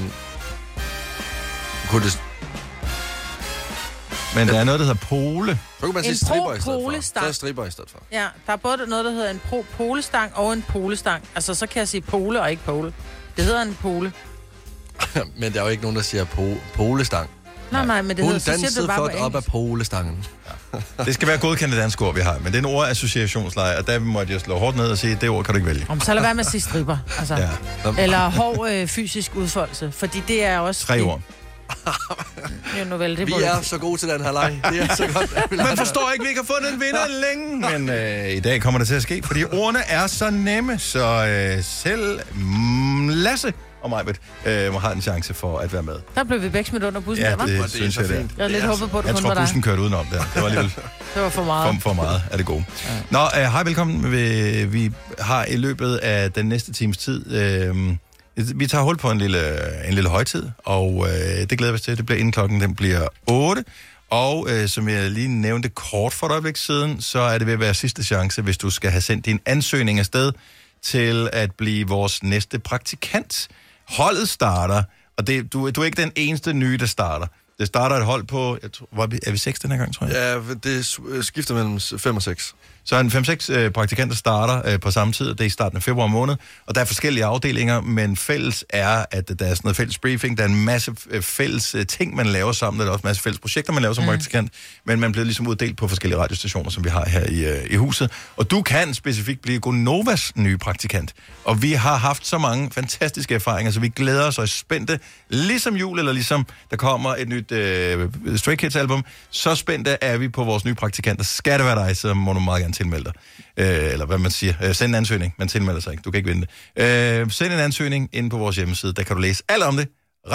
Men der er noget, der hedder pole. Så kan man sige stripper i stedet for. Så er stripper i stedet for. Ja, der er både noget, der hedder en polestang og en polestang. Altså, så kan jeg sige pole og ikke pole. Det hedder en pole. Men der er jo ikke nogen, der siger polestang. Nej, men det hedder, så siger du bare på engelsk. op af polestangen. Ja. Det skal være godkendte danske ord, vi har. Men det er en ordassociationsleje, og der måtte jeg slå hårdt ned og sige, det ord kan du ikke vælge. Så lad være med at sige stripper. Altså. Ja. Eller hård fysisk udfoldelse. Fordi det er også... 3 ord. Ja, nu vel, det vi er så gode til den her leg. Det er så godt. Man forstår ikke, vi ikke har fundet en vinder længe. Men i dag kommer det til at ske, fordi ordene er så nemme. Så selv Lasse og Majbet har en chance for at være med. Der blev vi begge smidt under bussen, Ja, der, var. det synes jeg, det er. Jeg havde lidt håbet på, at det Jeg kun tror, var dig. bussen kørte udenom der. Det var alligevel Det var for meget. for meget af det gode. Ja. Nå, hej, velkommen. Vi har i løbet af den næste times tid... vi tager hul på en lille højtid, og det glæder vi os til. Det bliver inden klokken, den bliver 8. Og som jeg lige nævnte kort for et øjeblik siden, så er det ved at være sidste chance, hvis du skal have sendt din ansøgning afsted til at blive vores næste praktikant. Holdet starter, og du er ikke den eneste nye, der starter. Det starter et hold på, er vi 6 den her gang, tror jeg? Ja, det skifter mellem 5 og 6. Så en 5-6 praktikanter starter på samme tid, det er i starten af februar måned, og der er forskellige afdelinger, men fælles er, at der er sådan noget fælles briefing, der er en masse fælles ting, man laver sammen, der er også en masse fælles projekter, man laver som praktikant, men man bliver ligesom uddelt på forskellige radiostationer, som vi har her i huset, og du kan specifikt blive Gonovas nye praktikant, og vi har haft så mange fantastiske erfaringer, så vi glæder os og er spændte, ligesom jul, eller ligesom der kommer et nyt Stray Kids album, så spændte er vi på vores nye praktikanter. Skal det være dig, så må du meget gerne tilmelde dig. Eller hvad man siger. Send en ansøgning. Man tilmelder sig ikke. Du kan ikke vente. Send en ansøgning ind på vores hjemmeside. Der kan du læse alt om det.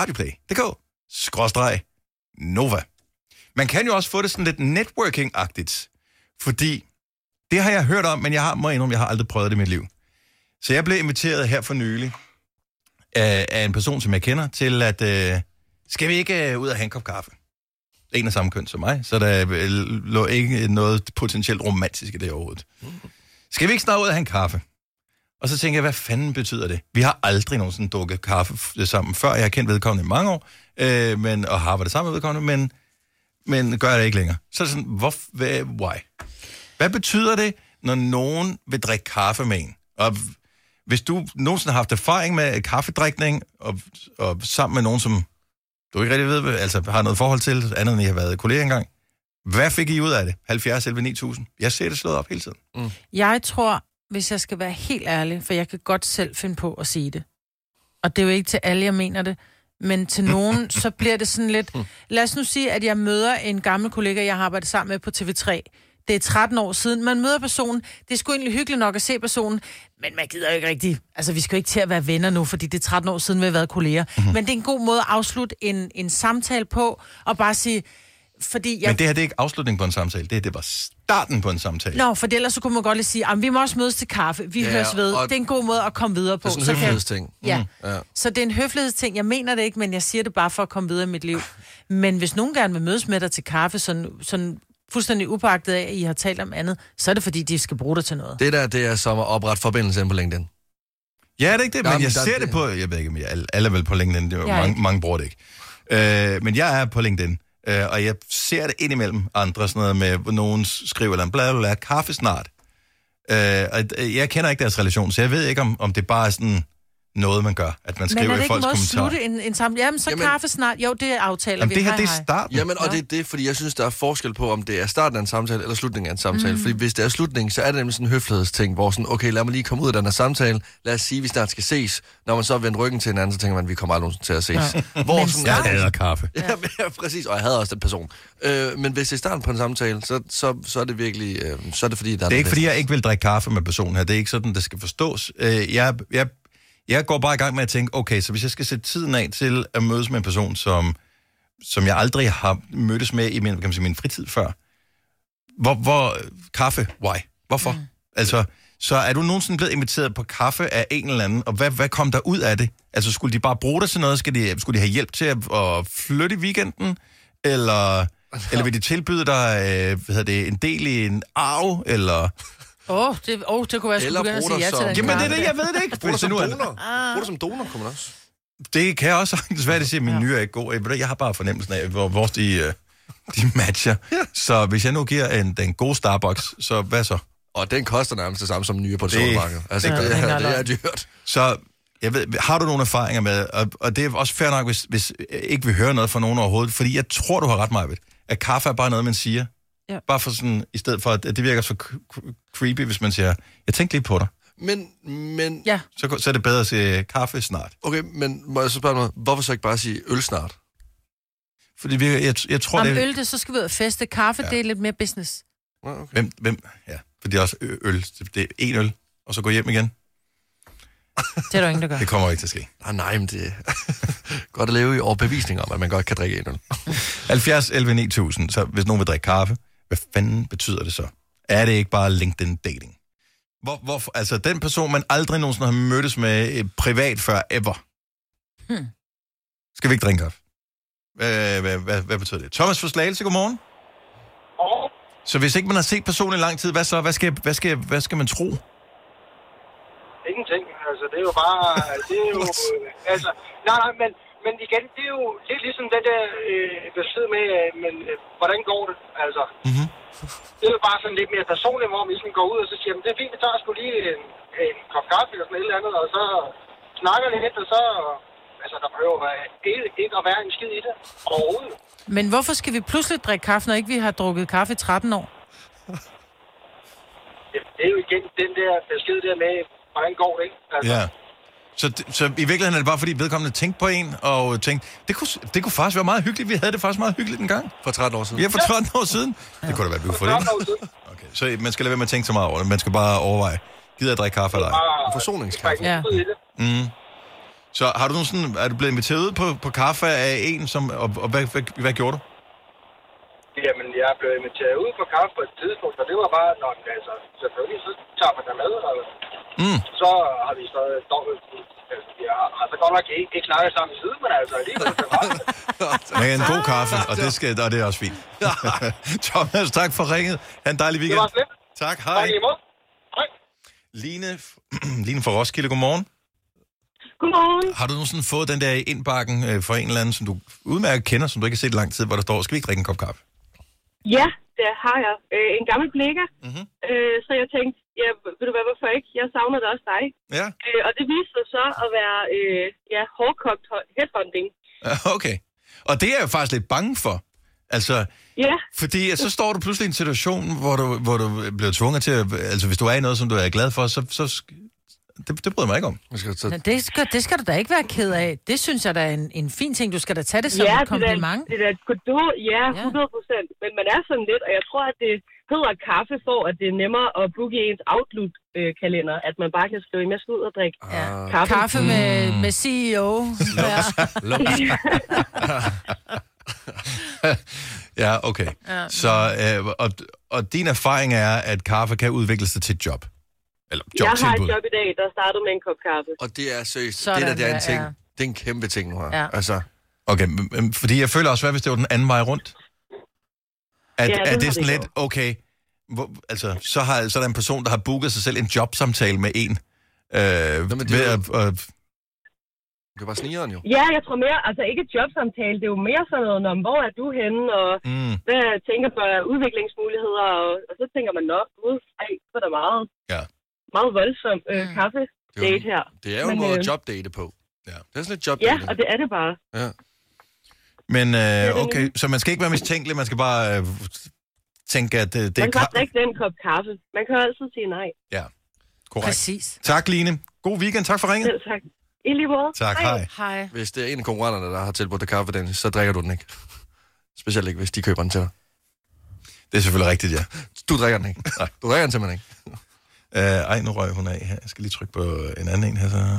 radioplay.dk/Nova. Man kan jo også få det sådan lidt networking-agtigt. Fordi det har jeg hørt om, men jeg har aldrig prøvet det i mit liv. Så jeg blev inviteret her for nylig af en person, som jeg kender, til at skal vi ikke ud og have en kop kaffe? En af samme køn som mig, så der lå ikke noget potentielt romantisk i det overhovedet. Skal vi ikke snart ud og have en kaffe? Og så tænker jeg, hvad fanden betyder det? Vi har aldrig nogensinde drukket kaffe sammen før. Jeg har kendt vedkommende i mange år, og har været det samme med vedkommende, men gør det ikke længere. Så er det sådan, why? Hvad betyder det, når nogen vil drikke kaffe med en? Og hvis du nogensinde har haft erfaring med kaffedrikning, og sammen med nogen, som du ikke rigtig ved, altså har noget forhold til, andet end I har været kolleger engang. Hvad fik I ud af det? 70 11 9000. Jeg ser det slået op hele tiden. Jeg tror, hvis jeg skal være helt ærlig, for jeg kan godt selv finde på at sige det. Og det er jo ikke til alle, jeg mener det. Men til nogen, så bliver det sådan lidt... Lad os nu sige, at jeg møder en gammel kollega, jeg har arbejdet sammen med på TV3. Det er 13 år siden. Man møder personen. Det er sgu egentlig hyggeligt nok at se personen. Men man gider jo ikke rigtig... Altså, vi skal jo ikke til at være venner nu, fordi det er 13 år siden, vi har været kolleger. Men det er en god måde at afslutte en samtale på, og bare sige... Fordi Men det her, det er ikke afslutning på en samtale. Det var starten på en samtale. Nå, for ellers så kunne man godt lige sige, vi må også mødes til kaffe. Vi høres ved. Det er en god måde at komme videre på. Det er sådan en høflighedsting. Ja. Så det er en høflighedsting. Jeg mener det ikke, men jeg siger det bare for at komme videre i mit liv. Men hvis nogen gerne vil mødes med dig til kaffe, sådan fuldstændig upagtet af, at I har talt om andet, så er det fordi, de skal bruge det til noget. Det er som at oprette forbindelse på LinkedIn. Ja, det er ikke det, men jeg ser det på... Jeg ved ikke, om alle er vel på LinkedIn. Det er mange bruger det ikke. Men jeg er på LinkedIn. Og jeg ser det indimellem andre, sådan noget med, hvor nogen skriver eller bla bla bla, kaffe snart. Og jeg kender ikke deres relation, så jeg ved ikke, om det bare er sådan noget, man gør, at man skriver i folks kommentarer. Men er det ikke måde at slutte en samtale? Jamen, så kaffe snart. Jo, det er aftaler, vi har. Det her, det er starten. Jamen, og det er det, fordi jeg synes, der er forskel på, om det er starten af en samtale, eller slutningen af en samtale. Fordi hvis det er slutningen, så er det nemlig sådan en høflighedsting, hvor sådan, okay, lad mig lige komme ud af den her samtale, lad os sige, vi snart skal ses. Når man så vender ryggen til hinanden, så tænker man, vi kommer aldrig til at ses. Ja. Hvor sådan, jeg hader kaffe. Ja, præcis, og jeg hader også den person. Men hvis det er starten på en samtale, så er det virkelig, så er det fordi, der er det er ikke fordi, jeg ikke vil drikke kaffe med personen her. Det er ikke sådan, det skal forstås. Jeg går bare i gang med at tænke, okay, så hvis jeg skal sætte tiden af til at mødes med en person, som jeg aldrig har mødtes med i min fritid før. Hvor kaffe? Why? Hvorfor? Altså, så er du nogensinde blevet inviteret på kaffe af en eller anden, og hvad kom der ud af det? Altså, skulle de bare bruge dig til noget? Skulle de have hjælp til at flytte i weekenden? Eller vil de tilbyde dig en del i en arv? Eller... det kunne være, skulle begynde at sige ja til den. Jamen, det er det, jeg ved det ikke. Brug dig som donor. Brug dig som donor, kommer man også. Det kan jeg også sagtens være, at sige, at min nye er ikke god. Jeg har bare fornemmelsen af, hvor de matcher. Så hvis jeg nu giver den gode Starbucks, så hvad så? Og den koster nærmest det samme som nye på det supermarked. Altså, det er dyrt. Så jeg ved, har du nogle erfaringer med, og det er også fair nok, hvis ikke vi hører noget fra nogen overhovedet, fordi jeg tror, du har ret, Majbet, at kaffe er bare noget, man siger. Ja. Bare for sådan, i stedet for, at det virker så creepy, hvis man siger, jeg tænkte lige på dig. Men ja. Så er det bedre at sige kaffe snart. Okay, men må jeg så spørge noget, hvorfor så ikke bare sige øl snart? Fordi jeg tror, om øl, så skal vi ud og feste. Kaffe, det er lidt mere business. Okay. Hvem? Ja, for det er også øl. Det er en øl, og så gå hjem igen. Det er der ingen, der gør. Det kommer ikke til at ske. Nej, men det er godt at leve i overbevisning om, at man godt kan drikke en øl. 70 11 9000, så hvis nogen vil drikke kaffe, hvad fanden betyder det så? Er det ikke bare LinkedIn dating? Altså, den person, man aldrig nogensinde har mødtes med privat før, ever. Skal vi ikke drikke kaffe? Hvad betyder det? Thomas fra Slagelse, godmorgen. Så hvis ikke man har set personen i lang tid, hvad så? Hvad skal man tro? Ingenting. Altså, det er jo bare... Det er jo... altså, nej, men igen, det er jo lidt ligesom den der besked med, hvordan går det? Altså, det er jo bare sådan lidt mere personligt, hvor man ligesom går ud og så siger, det er fint, vi tager sgu lige en kop kaffe eller sådan et eller andet, og så snakker lidt, og så... Altså, der behøver ikke at være en skid i det overhovedet. Men hvorfor skal vi pludselig drikke kaffe, når ikke vi har drukket kaffe i 13 år? Det er jo igen den der besked der med, hvordan går det, ikke? Altså. Ja. Så i virkeligheden er det bare, fordi vedkommende tænkte på en, og tænkte, det kunne faktisk være meget hyggeligt. Vi havde det faktisk meget hyggeligt en gang. For 13 år siden. Ja, for 13 år siden. Det kunne da være, du for det. Okay, så man skal lade være med at tænke så meget over det. Man skal bare overveje, gider jeg drikke kaffe eller ej? En forsoningskaffe. Ja. Så har du er du blevet inviteret ud på kaffe af en, og hvad gjorde du? Jamen, jeg blev inviteret ud på kaffe på et tidspunkt, og det var bare, altså, selvfølgelig, så tager man der med, og så har vi så dobbelt, altså, vi har så godt nok ikke snakket sammen siden, men altså, alligevel, det var det. Men en god kaffe, og det er også fint. Thomas, tak for ringet. Ha' en dejlig weekend. Det var slet. Tak, hej. Hej. Line fra Roskilde, godmorgen. Godmorgen. Har du nogensinde fået den der indbakken for en eller anden, som du udmærket kender, som du ikke har set i lang tid, hvor der står, skal vi ikke drikke en kop kaffe? Ja, det har jeg. En gammel kollega. Så jeg tænkte, ja, ved du hvad, hvorfor ikke? Jeg savner da også dig. Ja. Og det viste sig så at være hårdkogt headhunting. Okay. Og det er jeg faktisk lidt bange for. Altså, fordi så står du pludselig i en situation, hvor du bliver tvunget til at... Altså, hvis du er i noget, som du er glad for, så det bryder mig ikke om. Det skal du da ikke være ked af. Det synes jeg da er en fin ting. Du skal da tage det som et kompliment. Det er 100%. Men man er sådan lidt, og jeg tror, at det hedder kaffe for, at det er nemmere at booke i ens Outlook-kalender, at man bare kan skrive, jeg skal ud og drikke kaffe. Kaffe med CEO. Ja, okay. Så, og din erfaring er, at kaffe kan udvikle sig til et job? Eller jeg har et job i dag, der startede med en kop kaffe. Og det er seriøst. Det er en ting. Det er en kæmpe ting nu her. Ja. Altså. Okay, fordi jeg føler også, hvad hvis det var den anden vej rundt? Er det sådan lidt, okay, så er der en person, der har booket sig selv en jobsamtale med en. Det var snigeren jo. Ja, jeg tror mere, altså ikke et jobsamtale, det er jo mere sådan noget, hvor er du henne, og hvad tænker på udviklingsmuligheder, og så tænker man nok, så er der meget voldsom kaffe-date her. Det er jo en måde at jobdate på. Ja. Det er sådan et jobdate. Ja, og det er det bare. Ja. Men okay, så man skal ikke være mistænkelig, man skal bare tænke, at det er... Man kan drikke den kop kaffe. Man kan altid sige nej. Ja, korrekt. Præcis. Tak, Line. God weekend. Tak for ringet. Selv tak. I lige måde. Tak, hej. Hvis det er en af konkurrenterne, der har tilbudt dig kaffe, Dennis, så drikker du den ikke. Specielt ikke, hvis de køber den til dig. Det er selvfølgelig rigtigt, ja. Du drikker den ikke. Nej, du drikker den simpelthen ikke. Nu røg hun af her. Jeg skal lige trykke på en anden en her. Så.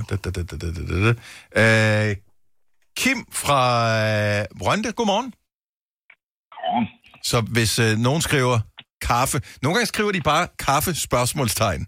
Kim fra Brønde, godmorgen. Godmorgen. Så hvis nogen skriver kaffe, nogle gange skriver de bare kaffe spørgsmålstegn.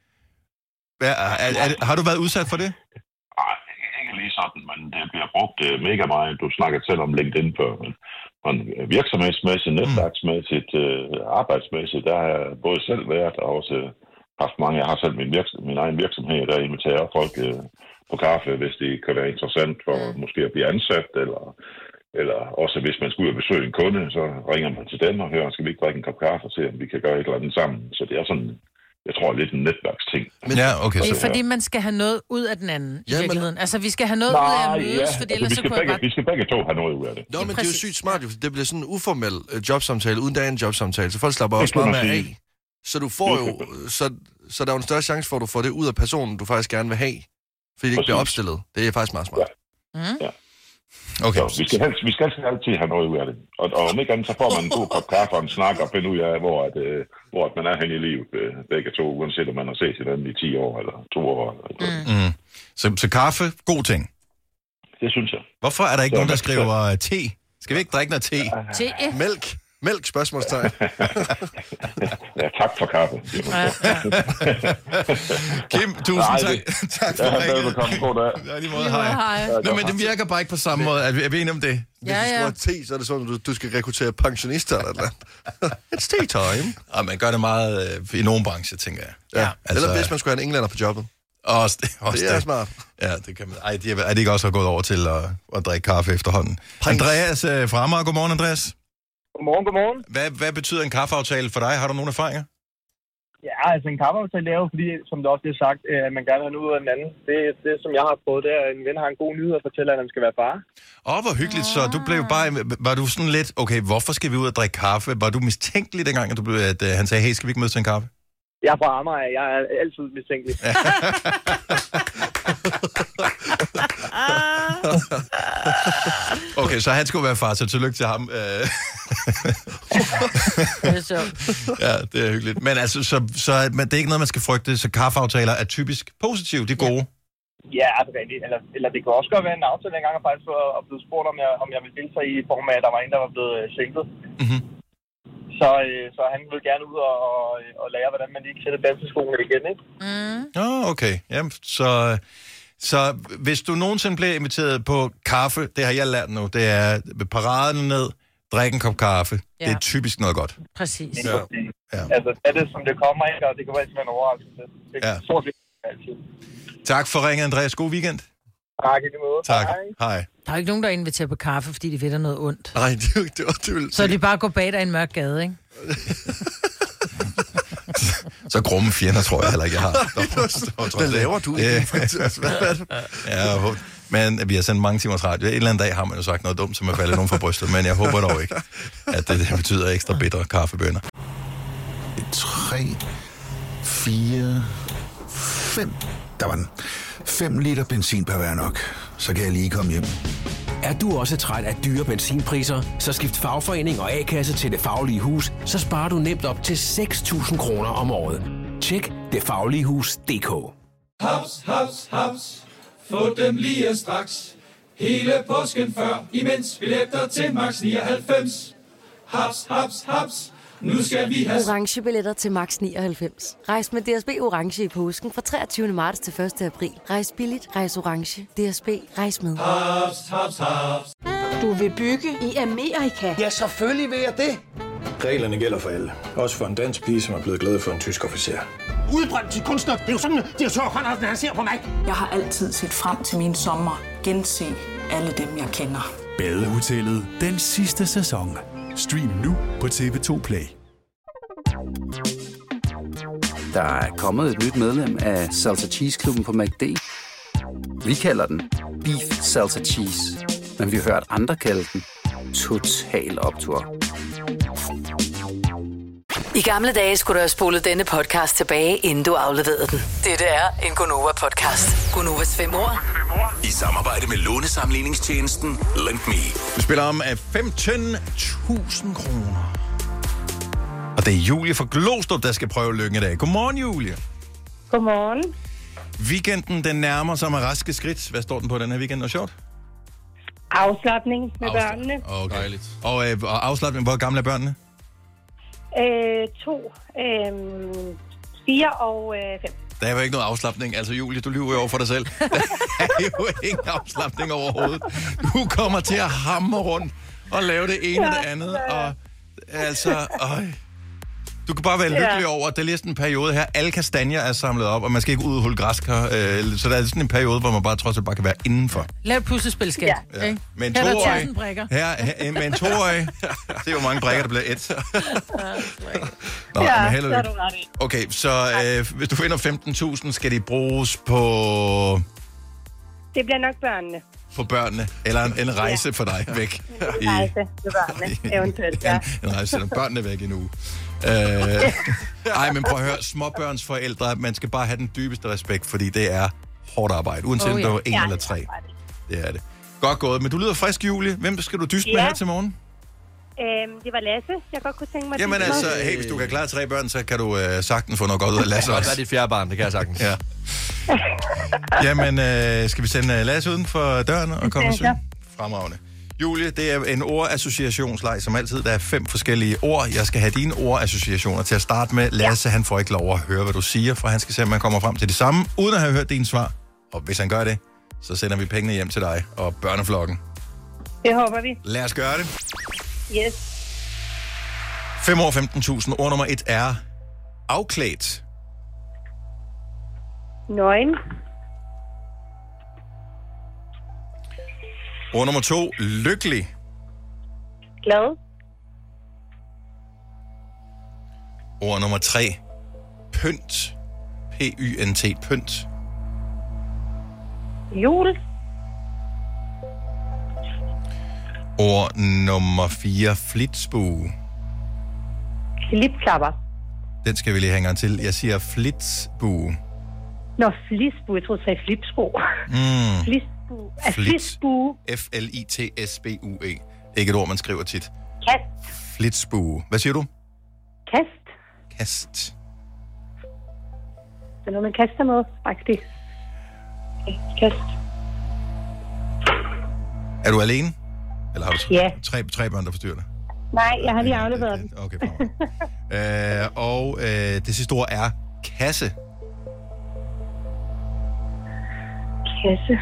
Har du været udsat for det? Nej, ikke lige sådan, men det bliver brugt mega meget. Du snakker selv om LinkedIn før, men virksomhedsmæssigt, netværksmæssigt, arbejdsmæssigt, der har jeg både selv været og også haft mange. Jeg har selv min egen virksomhed, der inviterer folk på kaffe, hvis det kan være interessant for måske at blive ansat, eller også hvis man skal ud og besøge en kunde, så ringer man til dem og hører, skal vi ikke drikke en kop kaffe og se, om vi kan gøre et eller andet sammen. Så det er sådan... Jeg tror, lidt en netværksting. Ja, okay. Det er fordi, man skal have noget ud af den anden, i virkeligheden. Altså, vi skal have noget ud af at mødes, fordi ellers så kunne jeg bare... Vi skal begge to have noget ud af det. Nå, men det er jo sygt smart, jo. Det bliver sådan en uformel jobsamtale, uden der er en jobsamtale, så folk slapper også meget mere af. Så du får jo... Så der er jo en større chance for, at du får det ud af personen, du faktisk gerne vil have, fordi det ikke bliver opstillet. Det er faktisk meget smart. Ja. Okay. Så vi skal altid have noget ud af det. Og om ikke andet, så får man en god kop kaffe og en snak og finde ud af, hvor man er hen i livet begge to, uanset om man har set hinanden i 10 år eller 2 år. Så kaffe, god ting. Det synes jeg. Hvorfor er der ikke nogen, der skriver te? Skal vi ikke drikke noget te? Te? Mælk, spørgsmålstegn. Ja, tak for kaffe. Kim, tusind tak for ringen. Velkommen, god dag. Ja, lige måde, hej. Nå, men det virker bare ikke på samme måde. Er vi enige om det? Hvis du skriver te, så er det sådan, at du skal rekruttere pensionister eller noget. It's tea time. Og man gør det meget i nogle brancher, tænker jeg. Ja. Altså, eller hvis man skulle have en englænder på jobbet. Også det er smart. Ja, det kan man. Ej, er det ikke også gået over til at drikke kaffe efterhånden? Andreas fra Amager. Godmorgen, Andreas. Godmorgen. Hvad betyder en kaffeaftale for dig? Har du nogle erfaringer? Ja, altså en kaffeaftale er jo fordi, som det også bliver sagt, at man gerne vil have noget ud af den anden. Det, som jeg har prøvet, det er, at en ven har en god nyhed at fortælle, at han skal være far. Hvor hyggeligt. Så du blev bare... Var du sådan lidt, okay, hvorfor skal vi ud og drikke kaffe? Var du mistænkelig dengang, at han sagde, hey, skal vi ikke mødes til en kaffe? Jeg er fra Amager. Jeg er altid mistænkelig. Okay, så han skulle være far, så tillykke til ham. Det er sjovt. Ja, det er hyggeligt. Men altså, men det er ikke noget, man skal frygte, så kaffeaftaler er typisk positive, de er gode. Ja, altså, eller det kan også godt være en aftale, en gang jeg faktisk var blevet spurgt, om jeg ville deltage i form af, at der var en, der var blevet sænket. Mm-hmm. Så han ville gerne ud og lære, hvordan man lige sætter danseskoene igen, ikke? Okay. Jamen, så hvis du nogensinde bliver inviteret på kaffe, det har jeg lært nu, det er paraden ned, drikke en kop kaffe. Ja. Det er typisk noget godt. Præcis. Ja. Altså, det er det, som det kommer, ikke? Og det kan være en overraskelse. Det er stort lidt altid. Tak for ringen, Andreas. God weekend. Tak, i lige måde. Tak. Hej. Der er jo ikke nogen, der inviterer på kaffe, fordi de ved, der er noget ondt. Nej, det vil så de bare går bag dig i en mørk gade, ikke? Så grumme fjender, tror jeg heller ikke, jeg har. Hvad laver du i din fritid? Ja, men vi har sendt mange timers radio. Et eller andet dag har man jo sagt noget dumt, som er faldet nogen for brystet, men jeg håber dog ikke, at det betyder ekstra bitre kaffebønner. 3, 4, 5. Der var den. 5 liter benzin per hver nok. Så kan jeg lige komme hjem. Er du også træt af dyre benzinpriser, så skift fagforening og A-kasse til Det Faglige Hus, så sparer du nemt op til 6.000 kroner om året. Tjek detfagligehus.dk. Haps, haps, haps. Få dem lige straks. Hele påsken før, imens billetter til max 99. Haps, haps, haps. Nu skal vi have orange billetter til max 99. Rejs med DSB orange i påsken fra 23. marts til 1. april. Rejs billigt, rejs orange. DSB, rejs med. Haps, haps, haps. Du vil bygge i Amerika? Ja, selvfølgelig vil jeg det. Reglerne gælder for alle. Også for en dansk pige, som er blevet glad for en tysk officer. Udbrændt til kunstner. Det er jo sådan, at direktør Conradsen, han ser på mig. Jeg har altid set frem til min sommer. Gense alle dem, jeg kender. Badehotellet. Den sidste sæson. Stream nu på TV2 Play. Der er kommet et nyt medlem af Salsa Cheese Klubben på McD. Vi kalder den Beef Salsa Cheese, men vi har hørt andre kalde den Total Optur. I gamle dage skulle du have spolet denne podcast tilbage, inden du afleverede den. Dette er en Gonova-podcast. Gonovas 5 år. I samarbejde med lånesamligningstjenesten Lend Me. Vi spiller om af 15.000 kroner. Og det er Julie fra Glostrup, der skal prøve lykken i dag. Godmorgen, Julie. Godmorgen. Weekenden, den nærmer sig med raske skridt. Hvad står den på den her weekend? Noget sjovt? Afslapning med børnene. Okay. Dejligt. Og afslapning, hvor gamle er børnene? 2, 4 og 5. Der er jo ikke noget afslapning. Altså, Julie, du lyver jo over for dig selv. Der er jo ingen afslapning overhovedet. Du kommer til at hamre rundt og lave det ene og det andet. Og altså, du kan bare være lykkelig over, at det er lige sådan en periode her. Alle kastanjer er samlet op, og man skal ikke ud og holde græskar. Så der er sådan en periode, hvor man bare trods alt bare kan være indenfor. Lav puslespilskat. Ja. Men med en 2-årig, det er jo mange brækker, der bliver et. Nå, men held og lykke. Okay, så hvis du finder 15.000, skal de bruges på... Det bliver nok børnene. På børnene, eller en rejse for dig væk. En rejse til børnene, eventuelt, ja. En rejse til børnene væk endnu. Men prøv at høre, småbørnsforældre, man skal bare have den dybeste respekt, fordi det er hårdt arbejde, uanset om der er 1 eller 3. Det er det. Godt gået, men du lyder frisk, Julie. Hvem skal du dyste med her til morgen? Det var Lasse, jeg godt kunne tænke mig. Jamen altså, hey, hvis du kan klare 3 børn, så kan du sagtens få noget godt ud af Lasse også. Det er dit fjerde barn, det kan jeg sagtens. Ja. Jamen, skal vi sende Lasse uden for døren og komme og synge? Fremragende. Julie, det er en ordassociationsleg, som altid. Der er 5 forskellige ord. Jeg skal have dine ordassociationer til at starte med. Lasse, han får ikke lov at høre, hvad du siger, for han skal se, om man kommer frem til det samme, uden at have hørt dine svar. Og hvis han gør det, så sender vi pengene hjem til dig og børneflokken. Det håber vi. Lad os gøre det. Yes. 5 år 15.000. Ord nummer 1 er afklædt. Nøgen. Ord nummer 2, lykkelig. Glad. Ord nummer 3, pynt. P-Y-N-T, pynt. Jul. Ord nummer 4, flitsbue. Klipklapper. Den skal vi lige hænge til. Jeg siger flitsbue. Nå, flitsbue. Jeg troede, du sagde flipsko. Flitsbue. Flitsbue. F-L-I-T-S-B-U-E. Ikke et ord, man skriver tit. Kast. Flitsbue. Hvad siger du? Kast. Kast. Det er noget, man kaster med, faktisk. Kast. Er du alene? Eller har du Ja. tre børn, der forstyrrer dig? Nej, jeg har lige afleveret den. Okay, og det sidste ord er kasse. Kasse.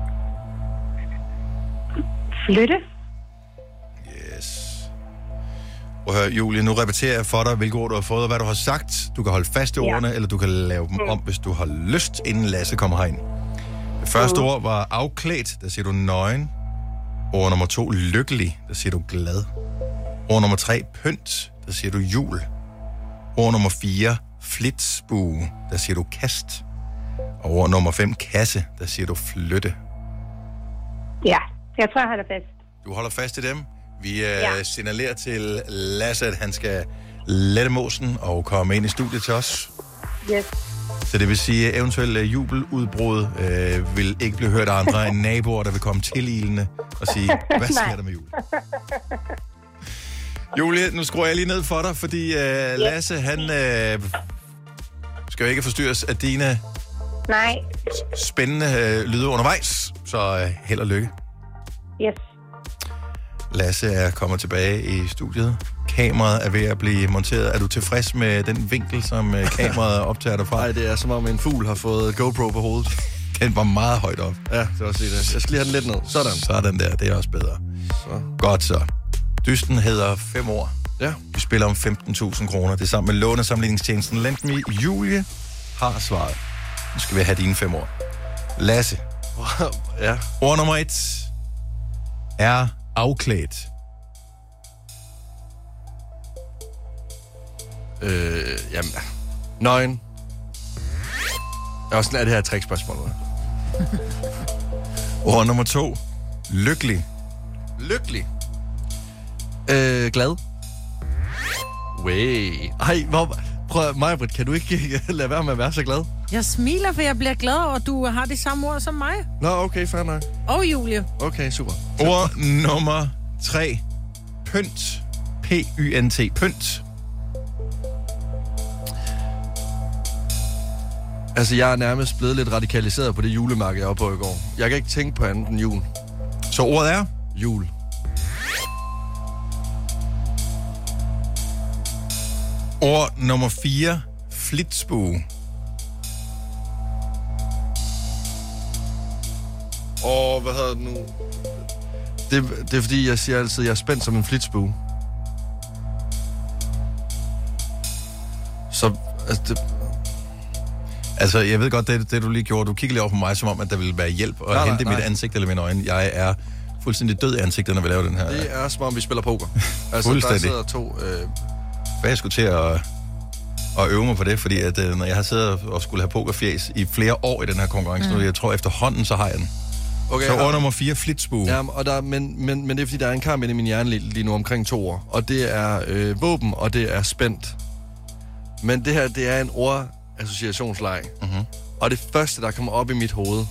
Flytte. Yes. Prøv at høre, Julie, nu repeterer jeg for dig, hvilke ord du har fået, og hvad du har sagt. Du kan holde fast i ordene, eller du kan lave dem om, hvis du har lyst, inden Lasse kommer herind. Det første ord var afklædt, der siger du nøgen. Ord nummer 2, lykkelig, der siger du glad. Ord nummer 3, pynt, der siger du jul. Ord nummer 4, flitsbue, der siger du kast. Og ord nummer 5, kasse, der siger du flytte. Ja, jeg tror, jeg holder fast. Du holder fast i dem. Vi signalerer til Lasse, at han skal lette måsen og komme ind i studiet til os. Yes. Så det vil sige, at eventuelle jubeludbrud vil ikke blive hørt af andre end naboer, der vil komme tililende og sige, hvad sker der med jul? Julie, nu skruer jeg lige ned for dig, fordi Lasse, han skal jo ikke forstyrres af dine spændende lyde undervejs. Så held og lykke. Yes. Lasse er kommet tilbage i studiet. Kameraet er ved at blive monteret. Er du tilfreds med den vinkel, som kameraet optager dig fra? Nej, det er som om en fugl har fået GoPro på hovedet. Den var meget højt op. Ja, det var også det. Jeg skal lige have den lidt ned. Sådan. Sådan der, det er også bedre. Så. Godt så. Dysten hedder 5 år. Ja. Vi spiller om 15.000 kroner. Det er sammen med lånesamligningstjenesten Lendme. Julie har svaret. Nu skal vi have dine 5 år. Lasse. Ja. Ord nummer 1 er afklædt. Jamen, nøgen. Og sådan er det her trickspørgsmål. Ord nummer 2. Lykkelig. Lykkelig. Glad. Way. Ej, prøv, Maja-Britt, kan du ikke lade være med at være så glad? Jeg smiler, for jeg bliver glad over, at du har de samme ord som mig. Nå, okay, fair nok. Og Julie. Okay, super. Ord nummer 3. Pynt. P-Y-N-T. Pynt. Altså, jeg er nærmest blevet lidt radikaliseret på det julemarked, jeg var på i går. Jeg kan ikke tænke på andet end jul. Så ordet er? Jul. Ord nummer 4. Flitsbue. Hvad hedder det nu? Det er fordi, jeg siger altid, at jeg er spændt som en flitsbue. Så, Altså, jeg ved godt, det du lige gjorde. Du kigger lige over på mig, som om, at der ville være hjælp at hente mit ansigt eller mine øjne. Jeg er fuldstændig død i ansigtet, når vi laver den her. Det er som om, vi spiller poker. Altså, fuldstændig. Der sidder 2... Hvad jeg skulle til at øve mig på det, fordi at, når jeg har siddet og skulle have pokerfjæs i flere år i den her konkurrence, nu, jeg tror efterhånden, så har jeg den. Okay, så ord nummer 4, flitsbue. Ja, og men det er fordi, der er en kamp inde i min hjerne lige nu omkring 2 år. Og det er våben, og det er spændt. Men det her, det er en ordassociationsleg. Mm-hmm. Og det første, der kommer op i mit hoved,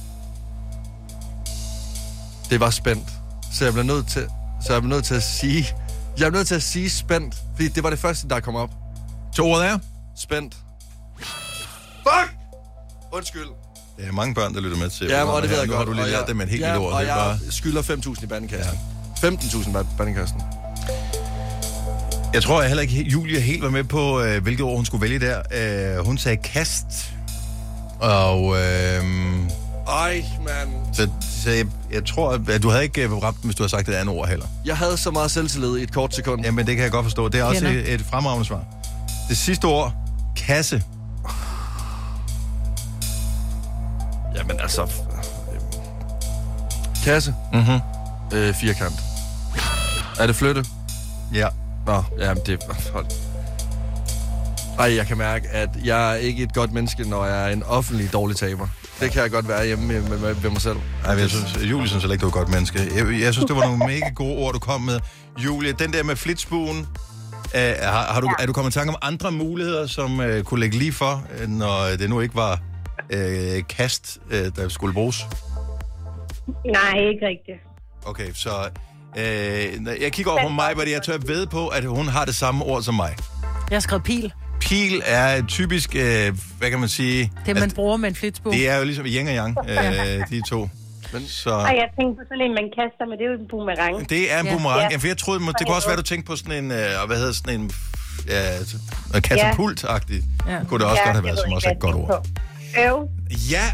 det var spændt. Så jeg blev nødt til at sige... Jeg er nødt til at sige spændt, fordi det var det første, der kom op. Så ordet er? Spændt. Fuck! Undskyld. Der er mange børn, der lytter med til. Ja, og det ved jeg nu godt. har du lige lært dem en helt lille ord. Og jeg skylder 5.000 i bandekassen. Ja. 15.000 i bandekassen. Jeg tror heller ikke, Julie helt var med på, hvilket ord hun skulle vælge der. Hun sagde kast. Og... Ej, mand. Så jeg tror, at du havde ikke ramt, hvis du havde sagt et andet ord heller. Jeg havde så meget selvtillid i et kort sekund. Jamen, det kan jeg godt forstå. Det er også et fremragende svar. Det sidste ord, kasse. Jamen altså... Kasse. Firkant. Er det flytte? Ja. Nå, jamen det... Hold. Ej, jeg kan mærke, at jeg er ikke et godt menneske, når jeg er en offentlig dårlig taber. Det kan jeg godt være hjemme ved mig selv. Ej, jeg synes, Julie synes heller ikke, du er et godt menneske. Jeg synes, det var nogle mega gode ord, du kom med. Julie, den der med flitsbuen, er du kommet i tanke om andre muligheder, som kunne lægge lige for, når det nu ikke var kast, der skulle bruges? Nej, ikke rigtigt. Okay, så jeg kigger over på mig, hvor jeg tør ved på, at hun har det samme ord som mig. Jeg har skrevet pil. Pil er et typisk, hvad kan man sige... Det, man bruger med en flitsbue. Det er jo ligesom yin og yang, de to. Så... Og jeg tænkte på sådan en, man kaster, men det er jo en boomerang. Det er en boomerang. Ja, for jeg troede, det kunne også være, du tænkte på sådan en, sådan en katapult-agtig. Ja. Kunne det også godt have været, som også er et godt ord. Ja,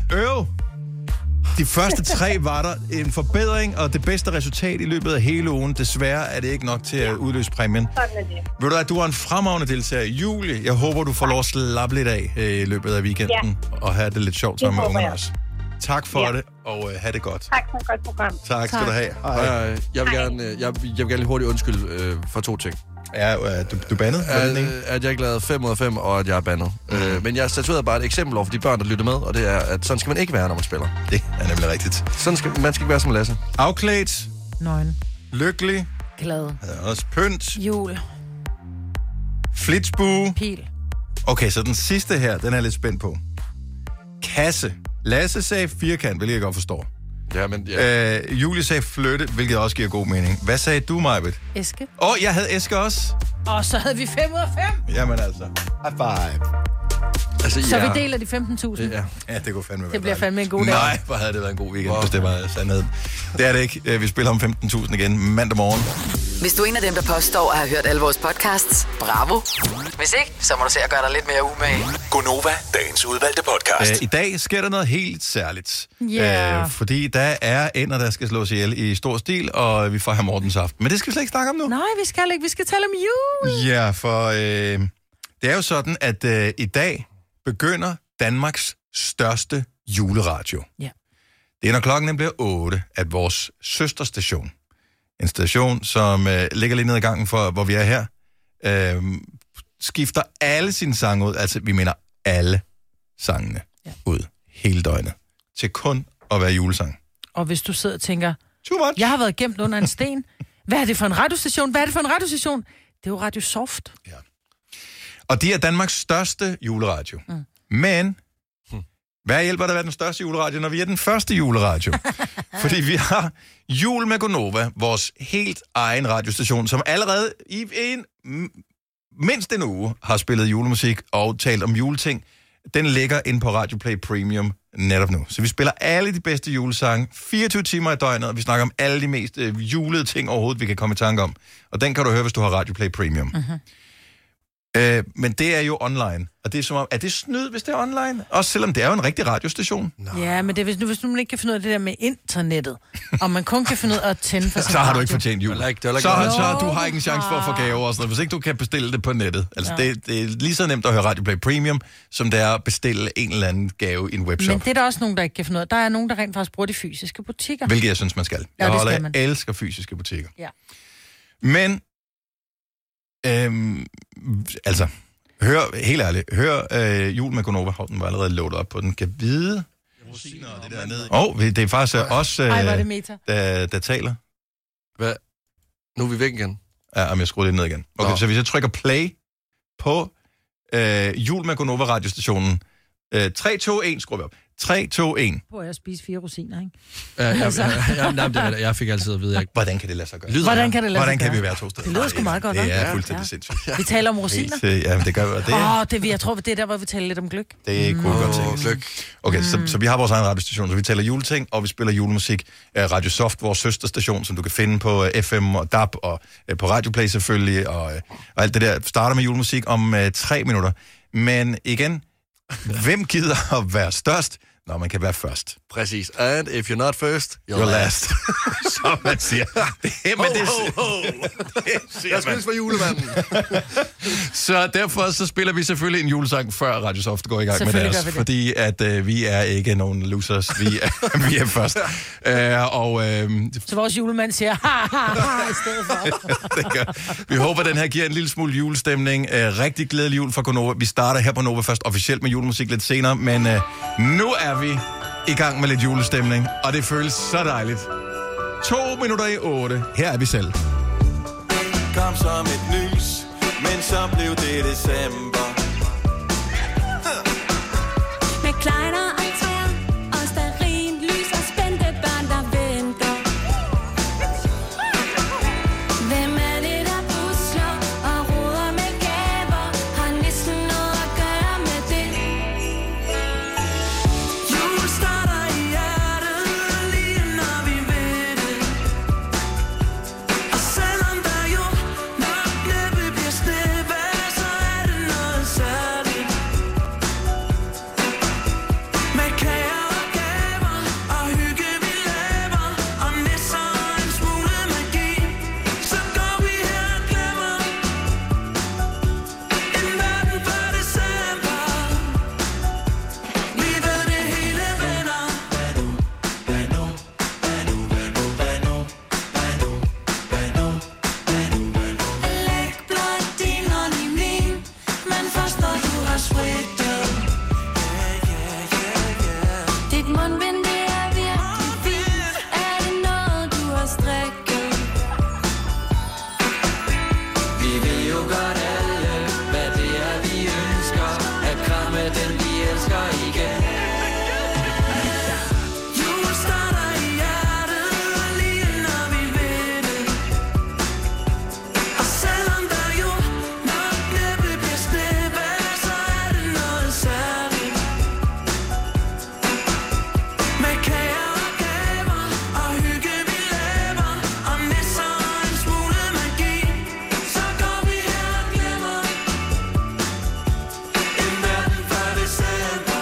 De første 3 var der en forbedring, og det bedste resultat i løbet af hele ugen. Desværre er det ikke nok til at udløse præmien. Ved du, at du er en fremragende deltager. Julie, jeg håber, du får lov at slappe lidt af i løbet af weekenden, og have det lidt sjovt sammen med ungerne også. Tak for det, og have det godt. Tak for et godt program. Tak skal du have. Hej. Jeg vil gerne lige hurtigt undskylde for 2 ting. Ja, du bandet? At jeg ikke lavede 5 ud af 5, og at jeg er bandet. Men jeg statuerede bare et eksempel over for de børn, der lytter med, og det er, at sådan skal man ikke være, når man spiller. Det er nemlig rigtigt. Man skal ikke være som Lasse. Afklædt. Nøgen. Lykkelig. Glad. Også pynt. Jul. Flitsbue. Pil. Okay, så den sidste her, den er jeg lidt spændt på. Kasse. Lasse sagde firkant, hvilket jeg godt forstår. Ja, men... Ja. Julie sagde flytte, hvilket også giver god mening. Hvad sagde du, Majbet? Æske. Jeg havde æske også. Og så havde vi 5 ud af 5. Jamen altså. High five. Altså, så vi deler de 15.000. Ja, det kunne fandme være. Det bliver fandme en god dag. Nej, hvor havde det været en god weekend, hvis det var sandheden. Det er det ikke. Vi spiller om 15.000 igen mandag morgen. Hvis du er en af dem, der påstår at have hørt alle vores podcasts, bravo. Hvis ikke, så må du se at gøre dig lidt mere umage. Gonova, dagens udvalgte podcast. I dag sker der noget helt særligt. Yeah. Fordi der er ender, der skal slås ihjel i stor stil, og vi får her Mortens aften. Men det skal vi slet ikke snakke om nu. Nej, vi skal ikke. Vi skal tale om jul. Ja, for det er jo sådan, at i dag begynder Danmarks største juleradio. Ja. Det er, når klokken bliver 8, at vores søsterstation, en station, som ligger lige nede i gangen for, hvor vi er her, skifter alle sine sange ud, altså vi mener alle sangene ud hele døgnet, til kun at være julesang. Og hvis du sidder og tænker, jeg har været gemt under en sten, hvad er det for en radiostation? Det er jo Radio Soft. Ja. Og de er Danmarks største juleradio. Men hvad hjælper det at være den største juleradio, når vi er den første juleradio? Fordi vi har Jul med Gonova, vores helt egen radiostation, som allerede i mindst en uge har spillet julemusik og talt om juleting. Den ligger inde på Radio Play Premium netop nu. Så vi spiller alle de bedste julesange 24 timer i døgnet, og vi snakker om alle de mest julede ting overhovedet, vi kan komme i tanke om. Og den kan du høre, hvis du har Radio Play Premium. Men det er jo online. Og det er som om, er det snyd, hvis det er online? Også selvom det er jo en rigtig radiostation. Ja, men det er, hvis du ikke kan finde ud af det der med internettet, og man kun kan finde ud af at tænde for sin så har radio. du ikke fortjent jul. Så du har ikke en chance for at få gaver og sådan noget, hvis ikke du kan bestille det på nettet. Altså, det er lige så nemt at høre Radio Play Premium, som det er at bestille en eller anden gave i en webshop. Men det er der også nogen, der ikke kan finde ud af. Der er nogen, der rent faktisk bruger de fysiske butikker. Hvilket jeg synes, man skal. Jeg elsker fysiske butikker. Ja. Men altså, helt ærligt, Jul med Gonova, den var allerede loadet op på den. Kan vide det der nede. Det er faktisk også, der taler. Hvad? Nu er vi væk igen. Ja, men jeg skruer lidt ned igen. Okay, så hvis jeg trykker play på Jul med Gonova radiostationen, 3, 2, 1, skruer vi op. 3, 2, 1. Prøv at spise 4 rosiner, ikke? Jeg fik altid at vide, hvordan kan det lade sig gøre? Hvordan kan vi være 2 steder? Det lyder sgu meget godt, det er fuldstændig sindssygt. Vi taler om rosiner. Ja, det gør det. Jeg tror, det er der, hvor vi taler lidt om gløgg. Det kunne godt tænkes. Okay, så vi har vores egen radiostation, så vi taler juleting, og vi spiller julemusik. Radio Soft, vores søsterstation, som du kan finde på FM og DAB, og på Radio Play selvfølgelig, og alt det der. Starter med julemusik om 3 minutter. Men igen, hvem gider at være størst, når man kan være først? Præcis. And if you're not first, you're last. Som man siger. Jeg skyldes for julemanden. Så derfor så spiller vi selvfølgelig en julesang, før Radio Soft går i gang med deres. Fordi at vi er ikke nogen losers. Vi er først. Så vores julemand siger, ha, i stedet for. Det gør. Vi håber, den her giver en lille smule julestemning. Rigtig glædelig jul for Gonova. Vi starter her på Nova først officielt med julemusik lidt senere, men nu er vi i gang med lidt julestemning, og det føles så dejligt. 2 minutter i 8. Her er vi selv. Kom som et lys, men så blev det december. Med kleiner og træer, og stearin lys og spændte børn, der venter. Hvem er det, der pusler og roder med gaver? Har næsten noget at gøre med det. Jul starter i hjertet, lige når vi ved det. Og selvom der jo nok næppe bliver snevejr, så er det noget særligt. Med kager og gaver og hygge vi laver, og nisser og en smule magi, så går vi her og glemmer en verden før december. Vi ved det hele vender. Læg blot din hånd i min, men først når du har switchet. Dit mundbind, det er virkelig fint. Er det noget, du har strikket? Vi ved jo godt alle, hvad det er, vi ønsker. At kramme den, vi elsker igen. Jul starter i hjertet, lige når vi ved det. Og selvom der jo nok næppe bliver snevejr, så er det noget særligt. Med kager og gaver og hygge vi laver, og nisser og en smule magi, så går vi her og glemmer en verden før december.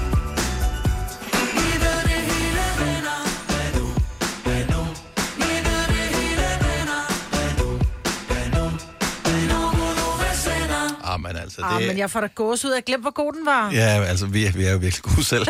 Vi ved det hele vender. Vi ved det hele vender. Nova sender. Men altså, Men jeg får da gås ud. Jeg glemte, hvor god den var. Ja, altså, vi er jo virkelig gode selv.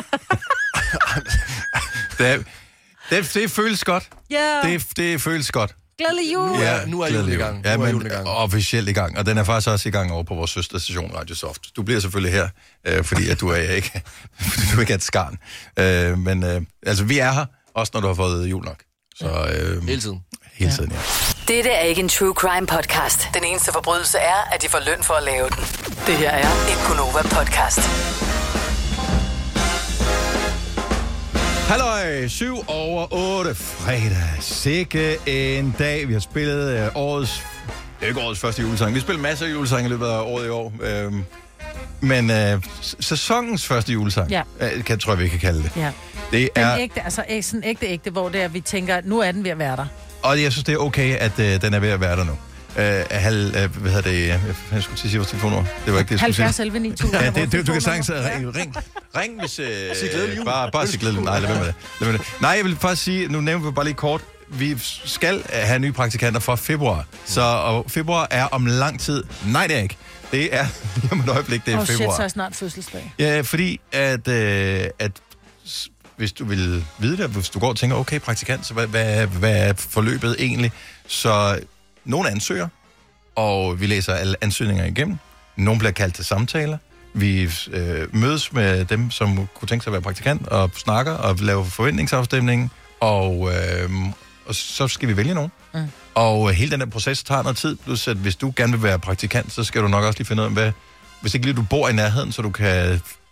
det føles godt. Ja. Det føles godt. Glædelig jul. Ja, nu er julen i gang. Ja, Nu er men julen i gang. officielt i gang. Og den er faktisk også i gang over på vores søsterstation Radio Soft. Du bliver selvfølgelig her, fordi at du er ikke er et skarn. Men altså, vi er her, også når du har fået jul nok. Så, hele tiden. Hele tiden, ja. Dette er ikke en true crime podcast. Den eneste forbrydelse er, at de får løn for at lave den. Det her er en Gonova podcast. Halløj, 7:07 fredag. Sikke en dag. Vi har spillet årets... Det er ikke årets første julesang. Vi har spillet masser af julesange i løbet af året i år. Men sæsonens første julesang, tror jeg, vi kan kalde det. Ja. Det er... Den ægte, altså sådan ægte, hvor det er, vi tænker, at nu er den ved at være der. Og jeg synes, det er okay, at den er ved at være der nu. Hvad hedder det? Jeg skulle til at sige vores telefonnummer. Det var ikke det, jeg skulle sige. 70 11 9000. Ja, du kan sagtens ring hvis... Bare sig glædelig. Nej, lad være med det. Nej, jeg vil faktisk sige, nu nævner vi bare lige kort, vi skal have nye praktikanter fra februar. Og februar er om lang tid. Nej, det er ikke. Det er om et øjeblik, det er februar. Så er snart fødselsdag. Ja, fordi at hvis du vil vide det, hvis du går og tænker, okay, praktikant, så hvad er forløbet egentlig? Så nogle ansøger, og vi læser alle ansøgninger igennem. Nogle bliver kaldt til samtaler. Vi mødes med dem, som kunne tænke sig at være praktikant, og snakker og laver forventningsafstemningen, og så skal vi vælge nogen. Mm. Og hele den der proces tager noget tid, plus at hvis du gerne vil være praktikant, så skal du nok også lige finde ud af, hvis ikke lige du bor i nærheden, så du kan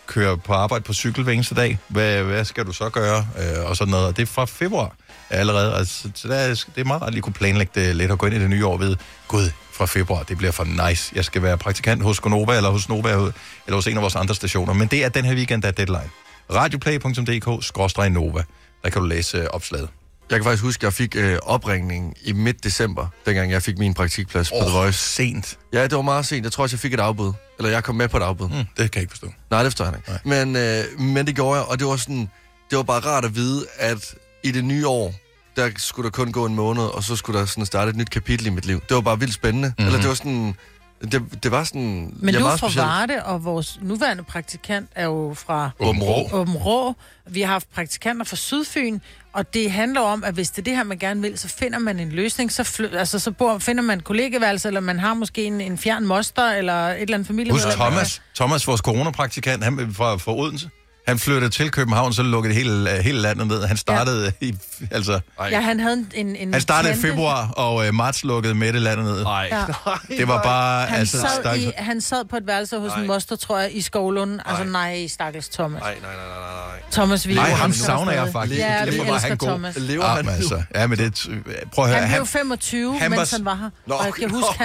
kører på arbejde på cykel hver eneste dag. Hvad skal du så gøre? Og sådan noget. Og det er fra februar allerede. Altså, så det er meget rart lige kunne planlægge det lidt og gå ind i det nye år ved, gud, fra februar, det bliver for nice. Jeg skal være praktikant hos Gonova, eller hos Nova, eller hos en af vores andre stationer. Men det er den her weekend, der er deadline. radioplay.dk/Nova. Der kan du læse opslaget. Jeg kan faktisk huske, at jeg fik opringning i midt december, dengang jeg fik min praktikplads på The Voice. Sent. Ja, det var meget sent. Jeg tror også, jeg fik et afbud. Eller jeg kom med på et afbud. Det kan jeg ikke forstå. Nej, det forstår jeg ikke. Men det gjorde jeg, og det var sådan, det var bare rart at vide, at i det nye år, der skulle der kun gå en måned, og så skulle der sådan starte et nyt kapitel i mit liv. Det var bare vildt spændende. Mm-hmm. Eller det var sådan... Det var sådan... Men du er fra Varde, og vores nuværende praktikant er jo fra Aabenraa. Vi har haft praktikanter fra Sydfyn, og det handler om, at hvis det er det her, man gerne vil, så finder man en løsning. Så finder man kollegeværelse, eller man har måske en fjern moster, eller et eller andet familie. Husk Thomas, vores coronapraktikant, han fra Odense. Han flyttede til København, så lukkede hele landet ned. Han startede Ja, han havde en han startede tante. i februar, og marts lukkede med det landet ned. Ja. Det var bare... Han sad på et værelse hos en moster, tror jeg, i Skovlunden. Altså nej, stakkels Thomas. Nej. Thomas, vi ham savner jeg faktisk. Ja, vi elsker han Thomas. Lever han nu? Altså. Ja, men det... Prøv at høre. Han blev 25, mens han var her. Og jeg kan huske,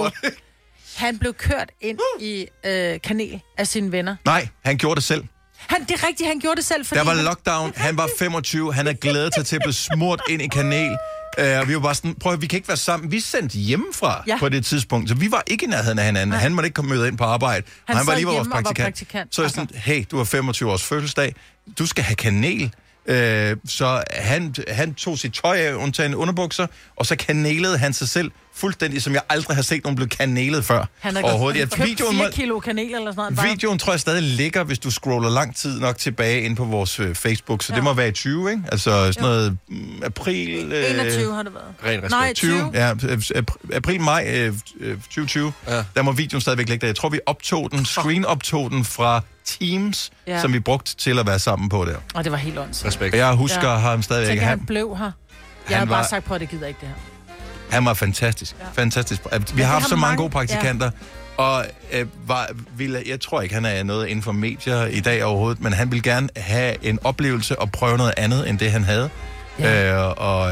han blev kørt ind i kanel af sine venner. Nej, han gjorde det selv. Det er rigtigt, han gjorde det selv, fordi... Der var lockdown, han var 25, han havde glædet sig til at blive smurt ind i kanel. Og vi var bare sådan, prøv at vi kan ikke være sammen. Vi sendte hjemmefra på det tidspunkt, så vi var ikke i nærheden af hinanden. Nej. Han måtte ikke komme møde ind på arbejde. Han var lige vores praktikant. Så jeg sådan, hey, du har 25 års fødselsdag, du skal have kanel. Så han tog sit tøj af, undtagen underbukser, og så kanelede han sig selv fuldstændig, som jeg aldrig har set nogen blive kanelet før. Han har købt 4 kilo kanel eller sådan noget. Videoen tror jeg stadig ligger, hvis du scroller lang tid nok tilbage ind på vores Facebook, så det må være i 20, ikke? Altså sådan noget april... 21 har det været. Ren respekt. Nej, 20. Ja, april-maj 2020. Ja. Der må videoen stadigvæk ligge der. Jeg tror, vi screen-optog den fra Teams, som vi brugte til at være sammen på der. Og det var helt åndssvagt. Respekt. Jeg husker ham stadigvæk. Tænker, han blev her. Jeg havde bare sagt på, at det gider ikke det her. Han var fantastisk. Ja. Fantastisk. Vi har haft så mange gode praktikanter, og jeg tror ikke, han er noget inden for medier i dag overhovedet, men han ville gerne have en oplevelse og prøve noget andet, end det han havde. Ja. Var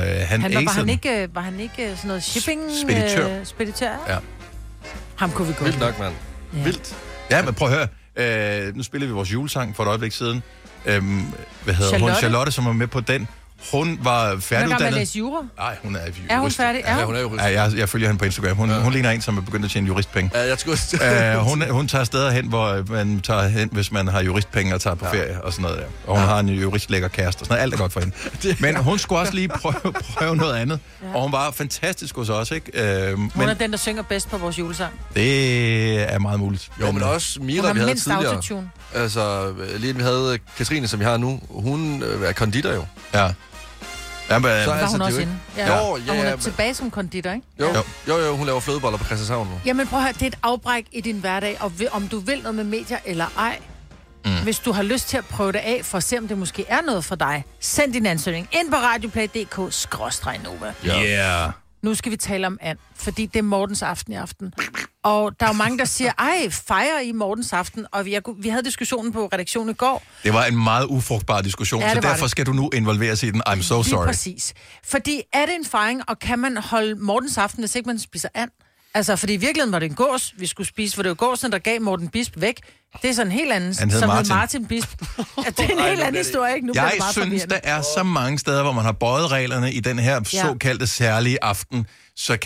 han ikke sådan noget shipping? Speditør? Ja. Ham kunne vi gå. Vildt nok, mand. Ja. Vildt. Ja, men prøv at høre. Nu spiller vi vores julesang for et øjeblik siden. Hvad hedder hun? Charlotte, som var med på den. Hun var færdiguddannet. Hun er læse jura? Nej, hun er jurist. Er hun færdig? Ja, hun er jurist. Ja, jeg følger hende på Instagram. Hun ligner en, som er begyndt at tjene juristpenge. Ja, jeg skulle hun tager steder hen, hvor man tager hen, hvis man har juristpenge og tager på ferie og sådan noget der. Og hun har en juristlækker kæreste og sådan noget. Alt er godt for hende. Men hun skulle også lige prøve noget andet. Ja. Og hun var fantastisk hos os, ikke? Hun er den, der synger bedst på vores julesang. Det er meget muligt. Jo, men også Mira, vi havde tidligere. Autotune. Altså, lige vi havde Katrine, som vi har nu. Hun er konditor jo. Ja. Ja, men, så var hun også inde. Ja. Og hun er tilbage som konditor, ikke? Jo, hun laver flødeboller på Christianshavn nu. Jamen prøv at høre, det er et afbræk i din hverdag, og om du vil noget med medier eller ej, hvis du har lyst til at prøve det af, for at se, om det måske er noget for dig, send din ansøgning ind på radioplay.dk/Nova. Yeah. Nu skal vi tale om and, fordi det er Mortens aften i aften. Og der er jo mange, der siger, fejrer I Mortens aften? Og vi havde diskussionen på redaktionen i går. Det var en meget ufrugtbar diskussion, så derfor skal du nu involveres i den. I'm so sorry. Lige præcis. Fordi er det en fejring, og kan man holde Mortens aften, hvis ikke man spiser and? Altså, fordi i virkeligheden var det en gås, vi skulle spise, for det var gåsen, der gav Morten Bisp væk. Det er sådan en helt anden, som hed Martin Bisp. Ja, det er en helt anden historie, ikke? Nu jeg synes, der er så mange steder, hvor man har bøjet reglerne i den her såkaldte særlige aften, så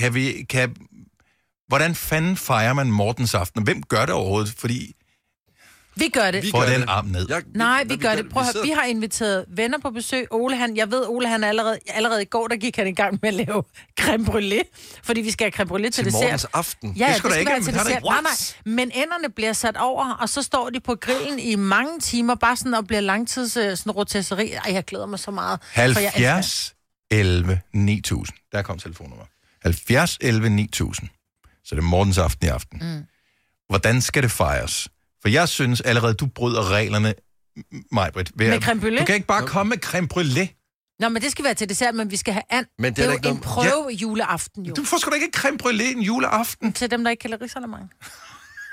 hvordan fanden fejrer man Mortens aften? Hvem gør det overhovedet? Fordi... Vi gør det. Få den arm ned. Nej, vi gør det. Prøv at høre, vi har inviteret venner på besøg. Jeg ved, Ole han allerede i går, der gik han i gang med at lave creme brûlée. Fordi vi skal have creme brûlée til dessert. Mortens aften. Ja, det skal være til dessert. Nej. Men enderne bliver sat over, og så står de på grillen i mange timer, bare sådan og bliver langtids sådan rotisserie. Ej, jeg glæder mig så meget. 70 11 9000. Der kom telefonnummer. 70 11 9000. Så det er Mortens aften i aften. Hvordan skal det fejres? For jeg synes allerede, du bryder reglerne, Maj-Brit. Med creme brûlée? Du kan ikke bare komme med creme brûlée. Nå, men det skal være til dessert, men vi skal have and. Men det er jo en prøve juleaften, jo. Du får sgu da ikke creme brûlée en juleaften. Til dem, der ikke kan lide risalamande.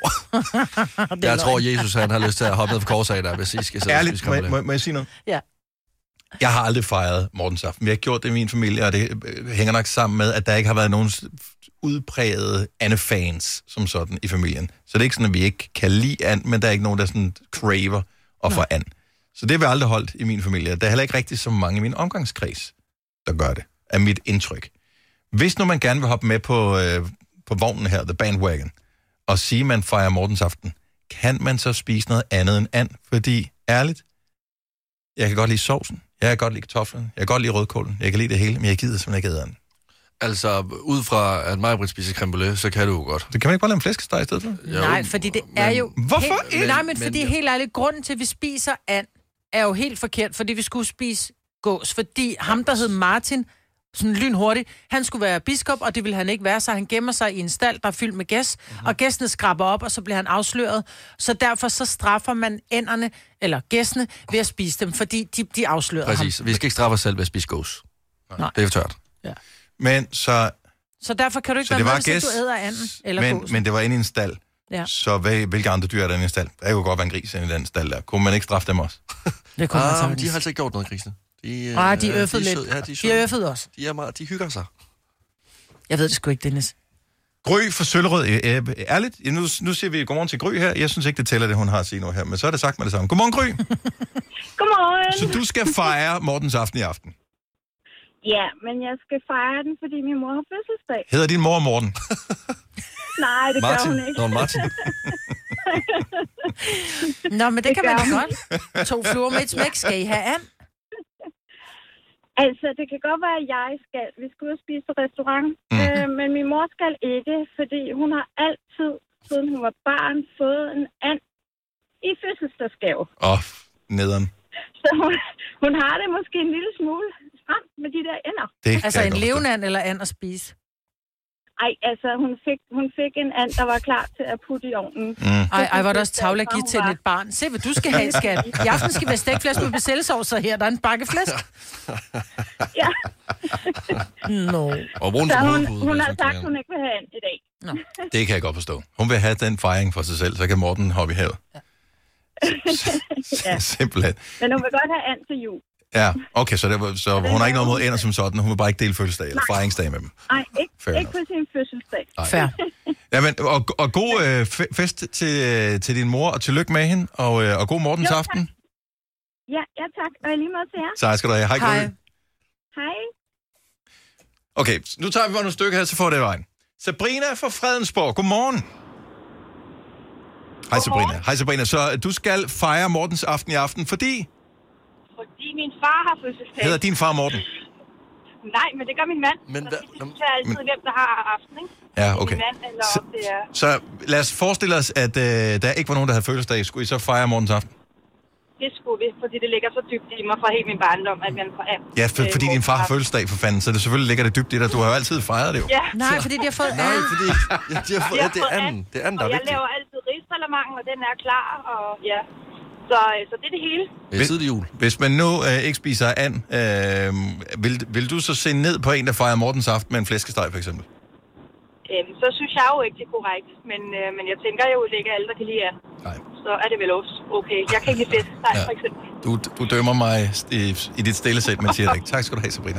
Jeg tror, Jesus han har lyst til at hoppe ned for korset der, hvis I skal sidde og spise Ærligt, må jeg sige noget? Ja. Jeg har aldrig fejret morgensaften. Vi har gjort det i min familie, og det hænger nok sammen med, at der ikke har været nogen udprægede Anne-fans som sådan i familien. Så det er ikke sådan, at vi ikke kan lide and, men der er ikke nogen, der sådan craver at få and. Så det har vi aldrig holdt i min familie. Der er heller ikke rigtig så mange i min omgangskreds, der gør det, er mit indtryk. Hvis nu man gerne vil hoppe med på vognen her, the bandwagon, og sige, at man fejrer morgensaften, kan man så spise noget andet end and? Fordi, ærligt, jeg kan godt lide sovsen, jeg kan godt lide kartoflen, jeg kan godt lide rødkålen, jeg kan lide det hele, men jeg gider simpelthen ikke æde and. Altså, ud fra at Maj-Brit spiser creme brûlée, så kan du jo godt. Det kan man ikke bare lave en flæskesteg i stedet for? Jo, Nej, fordi det er jo... Hvorfor ikke? Nej, men fordi helt ærligt, grunden til, at vi spiser and, er jo helt forkert, fordi vi skulle spise gås. Fordi ham, der hed Martin, sådan lynhurtigt, han skulle være biskop, og det ville han ikke være, så han gemmer sig i en stald, der er fyldt med gæs, og gæstene skraber op, og så bliver han afsløret. Så derfor så straffer man ænderne, eller gæstene, ved at spise dem, fordi de afslører ham. Præcis. Vi skal ikke straffe os selv ved at spise gås. Nej. Det er for tørt. Ja. Men så derfor kan du ikke så være det var med, hvis gæs, du æder anden eller gås. men det var inde i en stald. Ja. Så hvilke andre dyr er der inde i en stald? Der kunne godt være en gris inde i den stald der. Kunne man ikke straffe dem også? Det kunne man sagtens. De har altså ikke gjort noget, grisene. De øffede lidt. Ja, de har øffet også. De hygger sig. Jeg ved det sgu ikke, Dennis. Gry fra Søllerød. Ærligt, nu siger vi godmorgen til Gry her. Jeg synes ikke, det tæller det, hun har at sige nu her. Men så er det sagt med det samme. Godmorgen, Gry. Godmorgen. Så du skal fejre Mortens aften i aften? Ja, men jeg skal fejre den, fordi min mor har fødselsdag. Hedder din mor Morten? Nej, det Martin. gør hun ikke. Nå, Martin. Nå, men det kan man gør hun. godt. 2 fluer med et smæk. Skal I have and? Altså, det kan godt være, at jeg skal. Vi skal ud og spise på restaurant. Men min mor skal ikke, fordi hun har altid, siden hun var barn, fået en and i fødselsdagsgave. Nederen. Så hun har det måske en lille smule stramt med de der ender. Altså en levende and eller and at spise? Ej, altså hun fik en and, der var klar til at putte i ovnen. Ej, var der også tavle at give til et barn. Se, hvad du skal have, skat. I aften skal vi have stækflæsk med besættelsesovs, så her der er en bakke flæsk. Ja. Nå. Og så hun har sagt, hun ikke vil have and i dag. Nå. Det kan jeg godt forstå. Hun vil have den fejring for sig selv, så kan Morten hoppe i havet. Ja. Simpelthen. Men hun vil godt have and til jul. Ja, okay, så hun har ikke noget mod ender som sådan. Hun vil bare ikke dele fødselsdag eller fejringsdag med dem. Nej, ikke på sin fødselsdag. Fair. Jamen, og god fest til din mor, og tillykke med hende, og god Mortens aften. Ja, tak. Og i lige måde til jer. Så skal du have. Hej, Gry. Hej. Okay, nu tager vi bare nogle stykker her, så får det i vejen. Sabrina fra Fredensborg, godmorgen. Hej Sabrina. Hej Sabrina. Så du skal fejre Mortens aften i aften, fordi min far har fødselsdag. Hedder din far Morten? Nej, men det gør min mand. Men så vi diskuterer altid, hvem der har aften, ikke? Ja, okay. Min mand, eller om det er... Så lad os forestille os, at der ikke var nogen, der havde fødselsdag. Skulle I så fejre Mortens aften? Det skulle vi, fordi det ligger så dybt i mig fra hele min barndom, at man får and. Ja, fordi din far har fødselsdag for fanden, så det selvfølgelig ligger det dybt i dig. Du har jo altid fejret det jo. Ja. Nej, fordi de har fået and. fordi de har fået det anden. Det anden, der er og jeg vigtigt. laver altid risalamande, og den er klar, og ja... Så det er det hele. Hvis man nu ikke spiser and, vil du så se ned på en, der fejrer Mortens aften med en flæskesteg, for eksempel? Så synes jeg jo ikke, det er korrekt. Men jeg tænker jo, at det ikke er alle, der kan lide and. Nej. Så er det vel også okay. Jeg kan ikke lide flæskesteg, for eksempel. Du dømmer mig i dit stillesæt, men siger det ikke. Tak skal du have, Sabrina.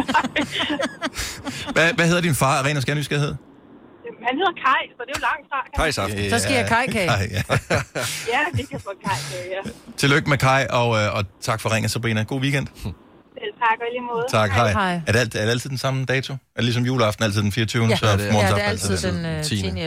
Hvad hedder din far? Ren og skær nysgerrighed? Han hedder Kai, så det er jo langt fra. Kajsaften. Så skal jeg Kai-kage. Ja, det kan få Kai-kage, ja. Tillykke med Kai, og tak for ringet, Sabrina. God weekend. Selv tak, og i lige måde. Tak, hej. Er det altid den samme dato? Er det ligesom juleaften altid den 24. Ja, så det er altid den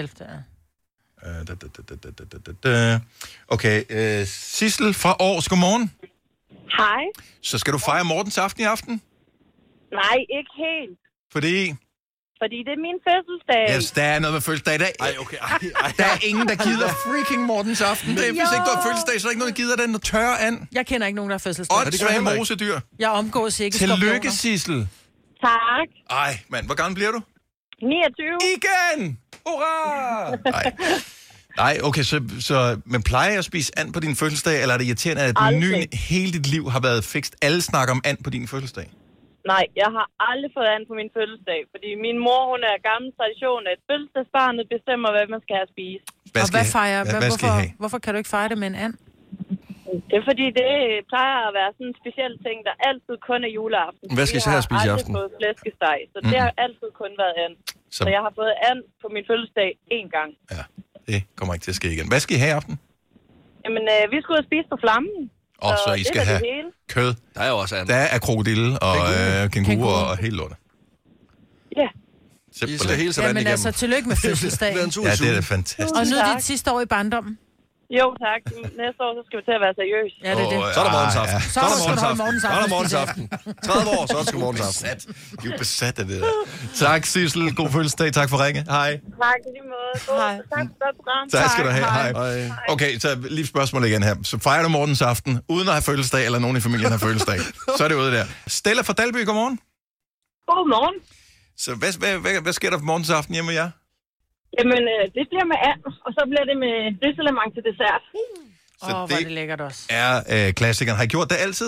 10. 10. Okay, Sissel fra Aarhus, godmorgen. Hej. Så skal du fejre Mortens aften i aften? Nej, ikke helt. Fordi det er min fødselsdag. Ja, der er noget med fødselsdag. Der er ingen, der gider freaking Mortens aften. Hvis ikke du har fødselsdag, så er der ikke nogen, der gider den tørre and. Jeg kender ikke nogen, der har fødselsdag. Åndssvage mosedyr. Jeg omgås ikke Tillykke, Sissel. Tak. Ej, mand, hvor gammel bliver du? 29. Igen! Hurra! Nej, okay, men plejer jeg at spise and på din fødselsdag, eller er det irriterende, at hele dit liv har været fikst? Alle snakker om and på din fødselsdag. Nej, jeg har aldrig fået and på min fødselsdag, fordi min mor, hun er gammel tradition, at fødselsdagsbarnet bestemmer, hvad man skal have at spise. Og hvorfor kan du ikke fejre det med en and? Det er fordi, det plejer at være sådan en speciel ting, der altid kun er juleaften. Hvad skal I så have at spise i aften? Jeg har aldrig fået flæskesteg, så det har altid kun været and. Så jeg har fået and på min fødselsdag 1 gang. Ja, det kommer ikke til at ske igen. Hvad skal I have i aften? Jamen, vi skal ud og spise på flammen. Så I skal have kød. Der er jo også and. Der er krokodille og kænguru og helt lortet. Ja. I skal hele sådan men altså, tillykke med fødselsdagen. Ja, det er da fantastisk. Og nu er dit sidste år i barndommen. Jo, tak. Næste år, så skal vi til at være seriøs. Ja, det er det. Så er der morgensaften. Så er der morgensaften. Så er der morgensaften. 30 år, så er der morgensaften. Du er besat af det der. Tak, Sissel. God fødselsdag. Tak for ringe. Hej. Tak, i lige måde. Tak for godt program. Tak skal du have. Hej. Okay, så lige spørgsmål igen her. Så fejrer du morgensaften, uden at have fødselsdag, eller nogen i familien har fødselsdag. Så er det ude der. Stella fra Dalby, godmorgen. Godmorgen. Så hvad sker der på morgensaften hjemme med jer? Jamen, det bliver med and, og så bliver det med risalamande til dessert. Hvor er det lækkert også. Er klassikeren. Har I gjort det altid?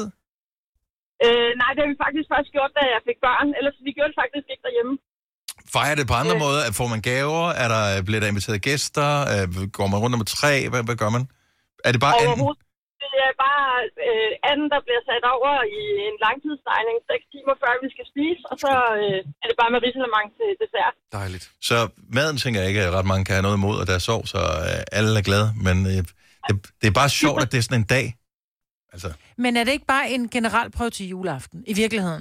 Nej, det har vi faktisk først gjort, da jeg fik børn. Ellers vi gjorde det faktisk ikke derhjemme. Fejrer det på andre måder? Får man gaver? Bliver der inviteret gæster? Går man rundt om et træ? Hvad gør man? Er det bare anden? Det er bare anden, der bliver sat over i en langtidsregning 6 timer før vi skal spise, og så er det bare med risalamande til dessert. Dejligt. Så maden tænker jeg ikke, at ret mange kan have noget imod, og der er sov, så alle er glade. Men det er bare sjovt, at det er sådan en dag. Altså. Men er det ikke bare en generalprøve til juleaften, i virkeligheden?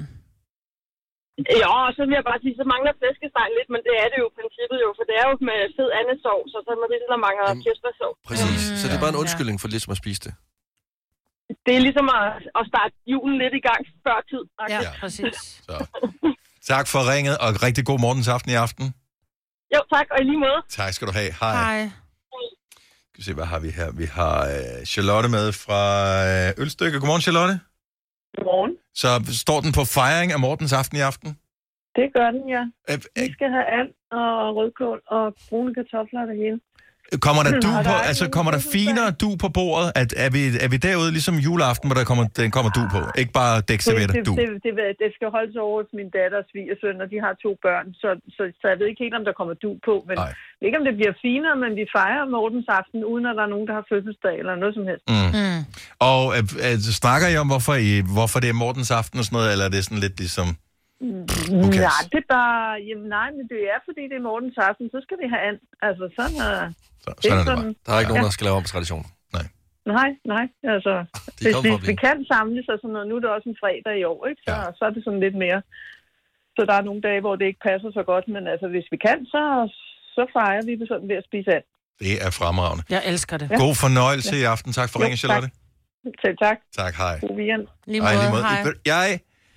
Ja, og så vil jeg bare sige, så mangler flæskesteg lidt, men det er det jo i princippet jo, for det er jo med fed andesovs, og så med risalamande og kirsebærsovs. Præcis, så det er bare en undskyldning for ligesom at spise det. Det er ligesom at starte julen lidt i gang før tid. Ja, præcis. Så. Tak for ringet, og rigtig god morgensaften i aften. Jo, tak, og i lige måde. Tak skal du have. Hej. Skal vi se, hvad har vi her? Vi har Charlotte med fra Ølstykke. Godmorgen, Charlotte. Godmorgen. Så står den på fejring af morgens aften i aften? Det gør den, ja. Vi skal have and og rødkål og brune kartofler og det hele. Kommer der kommer der finere du på bordet? Er vi derude ligesom juleaften, hvor den kommer du på? Ikke bare dækservietter, du? Det skal holdes over hos min datter og svigersøn, og de har 2 børn, så jeg ved ikke helt, om der kommer du på. Men ikke, om det bliver finere, men vi fejrer morgens aften, uden at der er nogen, der har fødselsdag eller noget som helst. Og snakker I om, hvorfor det er morgens aften og sådan noget, eller er det sådan lidt ligesom... Nej, det er bare... Jamen nej, men det er, fordi det er morgens aften, så skal vi have and. Altså, sådan er det bare. Der er ikke nogen, der skal lave om på traditionen. Nej, altså... Hvis vi kan samles og sådan noget, nu er det også en fredag i år, ikke? Så er det sådan lidt mere. Så der er nogle dage, hvor det ikke passer så godt, men altså, hvis vi kan, så fejrer vi det sådan ved at spise and. Det er fremragende. Jeg elsker det. God fornøjelse i aften. Tak for ringen, Charlotte. Selv tak. Tak, hej. God weekend. Lige måde, hej. Jeg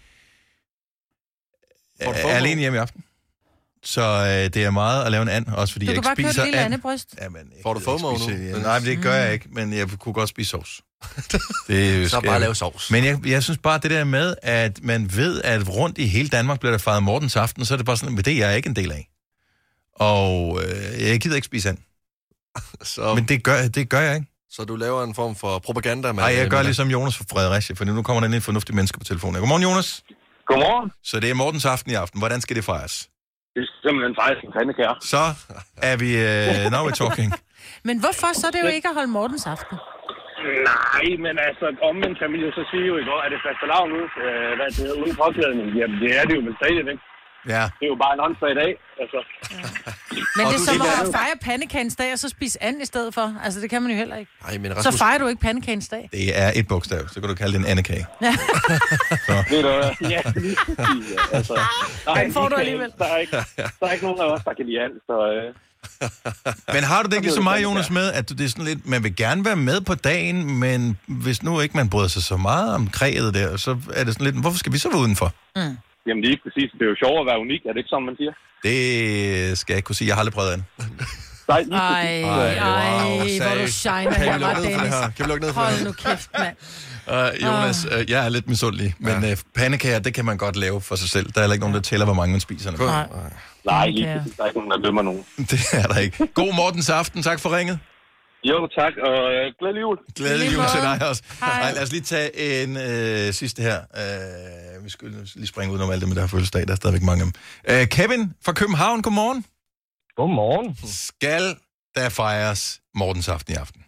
er alene hjemme i aften. Så det er meget at lave en and, også fordi jeg ikke spiser and. Du kan bare købe et lille andebryst. Får du FOMO nu? Nej, det gør jeg ikke, men jeg kunne godt spise sovs. Så bare lave sovs. Men jeg synes bare, det der med, at man ved, at rundt i hele Danmark bliver der fejret morgens aften, så er det bare sådan, at det er jeg ikke en del af. Og jeg gider ikke spise and. Men det gør jeg ikke. Så du laver en form for propaganda? Nej, jeg gør ligesom Jonas fra Fredericia, for nu kommer der en fornuftig menneske på telefonen. Godmorgen, Jonas. Godmorgen. Så det er morgens aften i aften. Hvordan skal det fejres? Det er simpelthen fejres en pandekær. Så er vi... now we're talking. Men hvorfor så er det jo ikke at holde morgens aften? Nej, men altså, omvendt kan man jo så sige jo i går, at det fastelavn ud, hvad det hedder, uden påklædning. Jamen, det er det jo vel stadigvæk. Ja. Det er jo bare en åndsdag i dag, altså. Ja. Men det er som at fejre pandekagens dag, og så spise and i stedet for. Altså, det kan man jo heller ikke. Ej, men Rasmus... Så fejrer du ikke pandekagens dag. Det er et bogstav, så kan du kalde det en andekage. Ja. Ved du hvad? Ja, altså. Den får du alligevel. Der er ikke nogen af os, der kan lide and, så... Men har du det ikke ligesom mig, Jonas, med, at det er sådan lidt, man vil gerne være med på dagen, men hvis nu ikke man bryder sig så meget om kræet der, så er det sådan lidt, hvorfor skal vi så være udenfor? Jamen lige præcis, det er jo sjovt at være unik, er det ikke sådan, man siger? Det skal jeg ikke kunne sige, jeg har aldrig prøvet andet. Ej, hvor du shiner her, var Dennis. Kan vi lukke ned for det? Hold nu kæft, mand. Jonas, jeg er lidt misundelig, men pandekager, det kan man godt lave for sig selv. Der er heller ikke nogen, der tæller, hvor mange man spiser. Nej, lige præcis, der er ikke nogen, der dømmer nogen. Det er der ikke. God morgens aften, tak for ringet. Jo, tak, og glædelig jul. Glædelig jul til dig også. Hej. Lad os lige tage en sidste her. Vi skal lige springe ud om alt det med der fødselsdag. Der er stadigvæk mange af dem. Kevin fra København, godmorgen. Godmorgen. Skal der fejres Mortens aften i aften?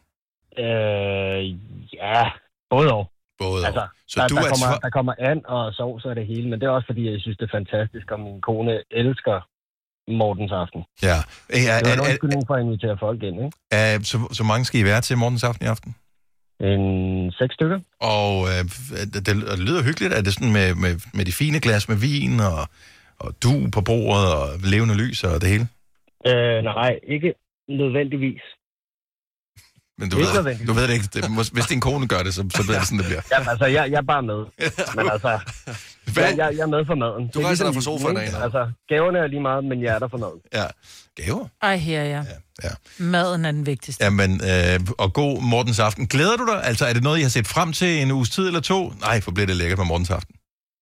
Ja, både og. Både altså, så der kommer and og sovs og det hele, men det er også fordi, jeg synes, det er fantastisk, og min kone elsker Mortens aften. Ja. Det er en undskyldning for at invitere folk ind, ikke? Så mange skal I være til Mortens aften i aften? 6 stykker. Og det lyder hyggeligt. Er det sådan med de fine glas med vin og du på bordet og levende lys og det hele? Nej, ikke nødvendigvis. Men du ved det ikke. Hvis din kone gør det, så ved det sådan, det bliver. Jamen, altså, jeg er bare med. Men altså, jeg er med for maden. Du rejser dig fra sofaen af. Altså, gaverne er lige meget, men jeg er der for maden. Ja, gaver? Ej, her, ja. Maden er den vigtigste. Jamen, og god Mortens aften. Glæder du dig? Altså, er det noget, I har set frem til en uges tid eller 2? Nej, for bliver det lækkert på Mortens aften.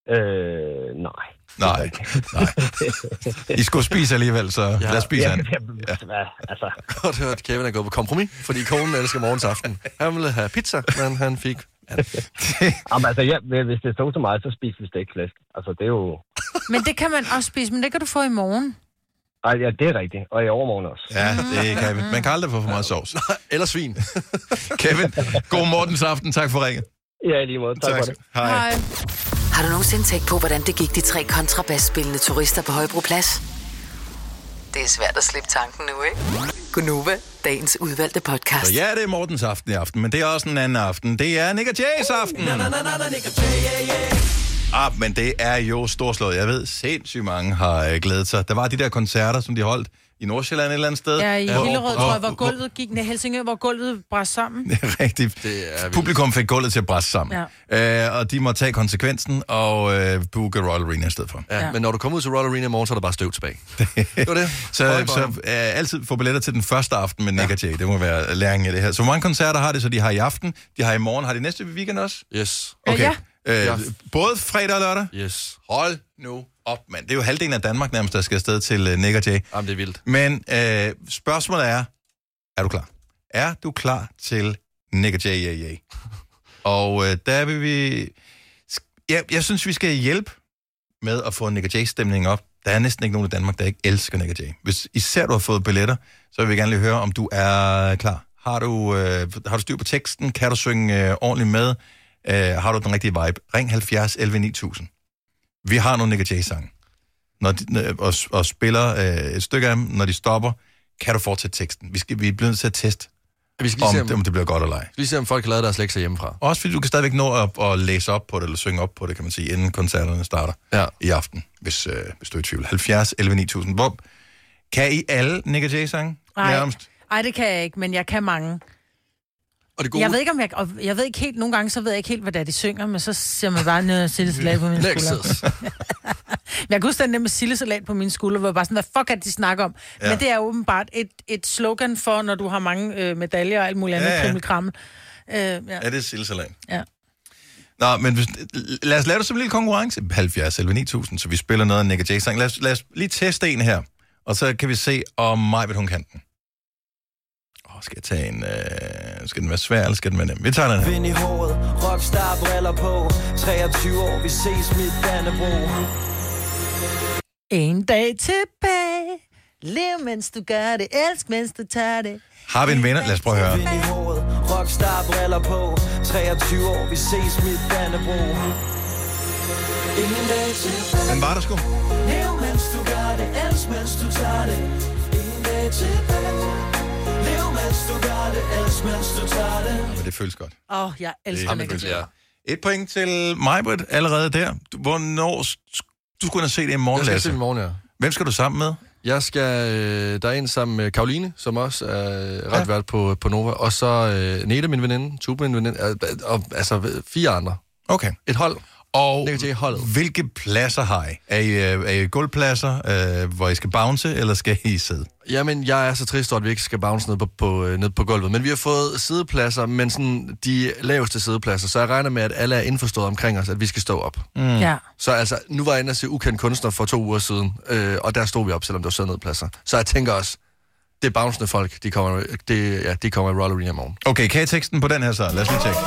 Nej. I skulle spise alligevel, så lad os spise han. Altså. Godt hørt, Kevin er gået på kompromis, fordi konen elsker Mortens aften. Han ville have pizza, men han fik... Jamen altså, hvis det stod til mig, så spiser vi stegflæsk. Altså, det er jo... Men det kan man også spise, men det kan du få i morgen. Ej, ja, det er rigtigt. Og i overmorgen også. Ja, det kan vi. Man kan aldrig få for meget sovs. Eller svin. Kevin, god Mortens aften. Tak for ringet. Ja, lige måde. Tak for det. Hej. Har du nogensinde tænkt på, hvordan det gik de 3 kontrabasspillende turister på Højbroplads? Det er svært at slippe tanken nu, ikke? Gunova, dagens udvalgte podcast. Så ja, det er Mortens aften i aften, men det er også en anden aften. Det er Nick & Jay's aften. Men det er jo storslået. Jeg ved, sindssygt mange har glædet sig. Der var de der koncerter, som de holdt i Nordsjælland et eller andet sted. Ja, i Hillerød, tror jeg, hvor gulvet gik ned. Helsingør, hvor gulvet brændte sammen. Det er rigtigt. Publikum fik gulvet til at bræste sammen. Ja. Og de må tage konsekvensen og booke Royal Arena i stedet for. Ja, men når du kommer ud til Royal Arena i morgen, så er der bare støv tilbage. Det var det. Så altid få billetter til den første aften med Nick & Jay. Det må være læringen i det her. Så hvor mange koncerter har de, så de har i aften? De har i morgen. Har de næste weekend også? Yes. Okay. Både fredag og lørdag? Yes. Hold nu op, mand. Det er jo halvdelen af Danmark nærmest, der skal afsted til Nick & Jay. Jamen, det er vildt. Men spørgsmålet er du klar? Er du klar til Nick & Jay? Yeah. Og der vil vi... Jeg synes, vi skal hjælpe med at få Nick & Jay-stemningen op. Der er næsten ikke nogen i Danmark, der ikke elsker Nick & Jay. Hvis især du har fået billetter, så vil vi gerne lige høre, om du er klar. Har du styr på teksten? Kan du synge ordentligt med? Har du den rigtige vibe? Ring 70 11 9000. Vi har nogle Nick & Jay-sange. Og spiller et stykke af dem, når de stopper, kan du fortsætte teksten. Vi bliver nødt til at teste, om det bliver godt eller ej. Vi ser, om folk har lavet deres lektier hjemmefra. Også fordi du kan stadigvæk nå at læse op på det, eller synge op på det, kan man sige, inden koncerterne starter i aften, hvis du er i tvivl. 70 11 9000. Hvor kan I alle Nick & Jay-sange? Nej, det kan jeg ikke, men jeg kan mange. Og det gode... Jeg ved ikke, jeg ved ikke helt, nogle gange, så ved jeg ikke helt, hvad det er, de synger, men så ser man bare noget sildesalat på mine skuldre. Jeg kan huske den der med sildesalat på mine skuldre, hvor jeg bare sådan, hvad fuck er det, de snakker om? Ja. Men det er åbenbart et slogan for, når du har mange medaljer og alt muligt andet krimmelkrammel. Ja, det er sildesalat. Ja. Nå, men lad os lave det som en lille konkurrence. 70 11 9000, så vi spiller noget af Nick & Jay-sang. Lad os lige teste en her, og så kan vi se, om Majbet hun kan den. Skal jeg tage en... skal den være svær, eller skal den være nem? Vi tager den her. Vind i håret, rockstar briller på. 23 år, vi ses mit Dannebro. En dag tilbage. Lev, mens du gør det. Elsk, mens du tager det. Har vi en vinder? Lad os prøve at høre. Vind i håret, rockstar briller på. 23 år, vi ses mit Dannebro. En dag tilbage. Den var der sgu. Lev, mens du gør det. Elsk, mens du tager det. En dag tilbage. Men det føles godt. Jeg elsker Nick & Jay. Et point til Majbrit allerede der. Hvornår... Du skulle have se det i morgen, Lasse. Jeg skal se det i morgen, ja. Hvem skal du sammen med? Jeg skal... Der er en sammen med Karoline, som også er ret vært på Nova. Og så Nete, min veninde. Tube, min veninde. Og altså 4 andre. Okay. Et hold. Og hvilke pladser har I? Er I gulvpladser, hvor I skal bounce, eller skal I sidde? Jamen, jeg er så trist, at vi ikke skal bounce ned på gulvet. Men vi har fået sidepladser, men sådan de laveste sidepladser. Så jeg regner med, at alle er indforstået omkring os, at vi skal stå op. Ja. Så altså, nu var jeg inde at se Ukendt Kunstner for 2 uger siden, og der stod vi op, selvom der var siddet nedpladser. Så jeg tænker også, det er bouncende folk, de kommer i Royal Arena i morgen. Okay, kan I teksten på den her så? Lad os lige tjekke.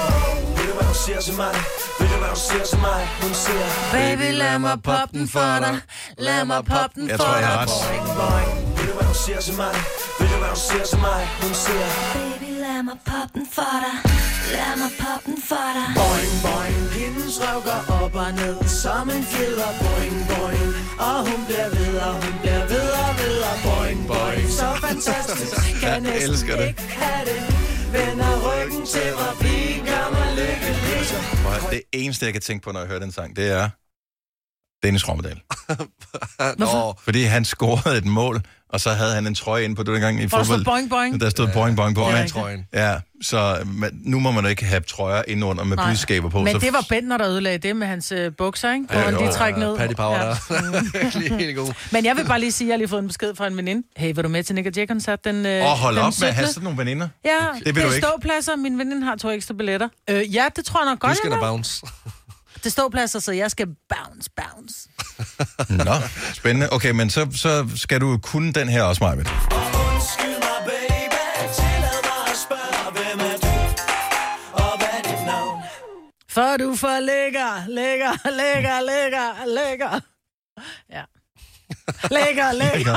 Baby, lad mig poppe den for dig. Lad mig poppe den for dig. Jeg tror, jeg har ret. hvad hun siger til mig. Hun siger, baby, lad mig poppe den for dig. Lad mig poppe den for dig. boing, boing. Hendes røv går op og ned som en fjeder. Boing, boing. Og hun bliver ved, og hun bliver ved og ved. Boing, boing. Så fantastisk. Kan næsten ikke have det. Vender ryggen til mig. Blive gør mig lykkelig. Det eneste, jeg kan tænke på, når jeg hører den sang, det er Dennis Rommedal. Fordi han scorede et mål, og så havde han en trøje inde på det gang i fodbold. Der stod boing, boing. Der stod boing, boing, boing. Ja, trøjen. Ja, så nu må man jo ikke have trøjer indunder med budskaber på. Men så det var Bentner, der ødelagde det med hans bukser, ikke? Hvor Ja, han lige jo. trækker ned. Paddy Power der. Lige helt god. Men jeg vil bare lige sige, at jeg har lige fået en besked fra en veninde. Hey, vil du med til Nick Jay-koncert den hold den op med 17. at have sådan nogle veninder. Ja, Det vil det du er ikke. ståpladser. Min veninde har 2 ekstra billetter. Ja, det tror jeg nok godt, Du skal jeg da vil. bounce. Det er ståpladser, så jeg skal bounce. Nå, spændende. Okay, men så skal du kunne den her også, Majbet. Undskyld mig, baby. Tillad mig at spørge, hvem er du? Og hvad er dit navn? For du for lækker. Ja. Lækker.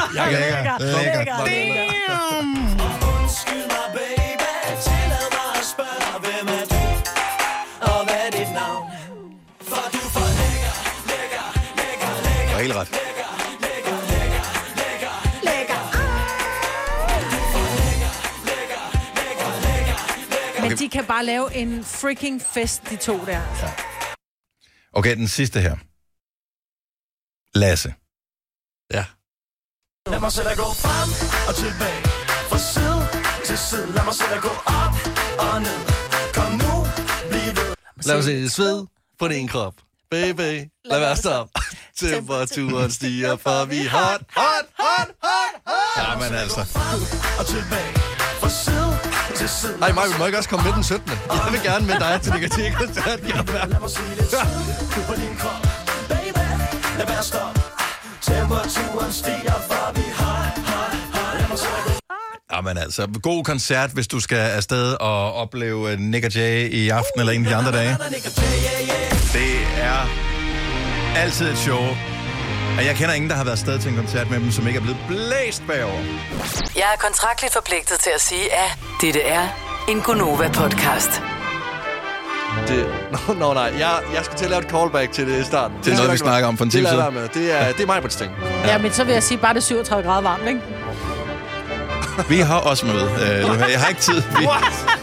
Undskyld mig, baby. Tillad mig at spørge, hvem er du? Og hvad er dit navn? For du for lækker. Du har helt ret. Men de kan bare lave en freaking fest, de to der. Okay, den sidste her. Lasse. Ja. Lad mig sætte dig gå frem og tilbage. Fra side til side. Lad mig sætte dig gå op og ned. Kom nu, bliv ved. Lad os se sved på din krop. Baby, lad være stop. Temperaturen stiger, for vi hot. Ja, men altså. Og tilbage. Fra side til side. Ej, Maja, må ikke også komme med den 17. Jeg vil gerne med dig til Negativ-koncert. Lad mig se lidt sved på din krop. Baby, lad være stop. Temperaturen stiger, for vi hot. Lad mig sætte dig gå. Jamen altså, god koncert, hvis du skal afsted og opleve Nick Jay i aften eller en af de andre dage. Det er altid et show. Og jeg kender ingen, der har været afsted til en koncert med dem, som ikke er blevet blæst bagover. Jeg er kontraktligt forpligtet til at sige, at dette er en Gonova-podcast. Nej, jeg skal til at lave et callback til det i starten. Det er noget, vi snakker om for en time siden. Det er mig på det ting. Ja, men så vil jeg sige, bare det er 37 grader varmt, ikke? Vi har også møde. Jeg har ikke tid.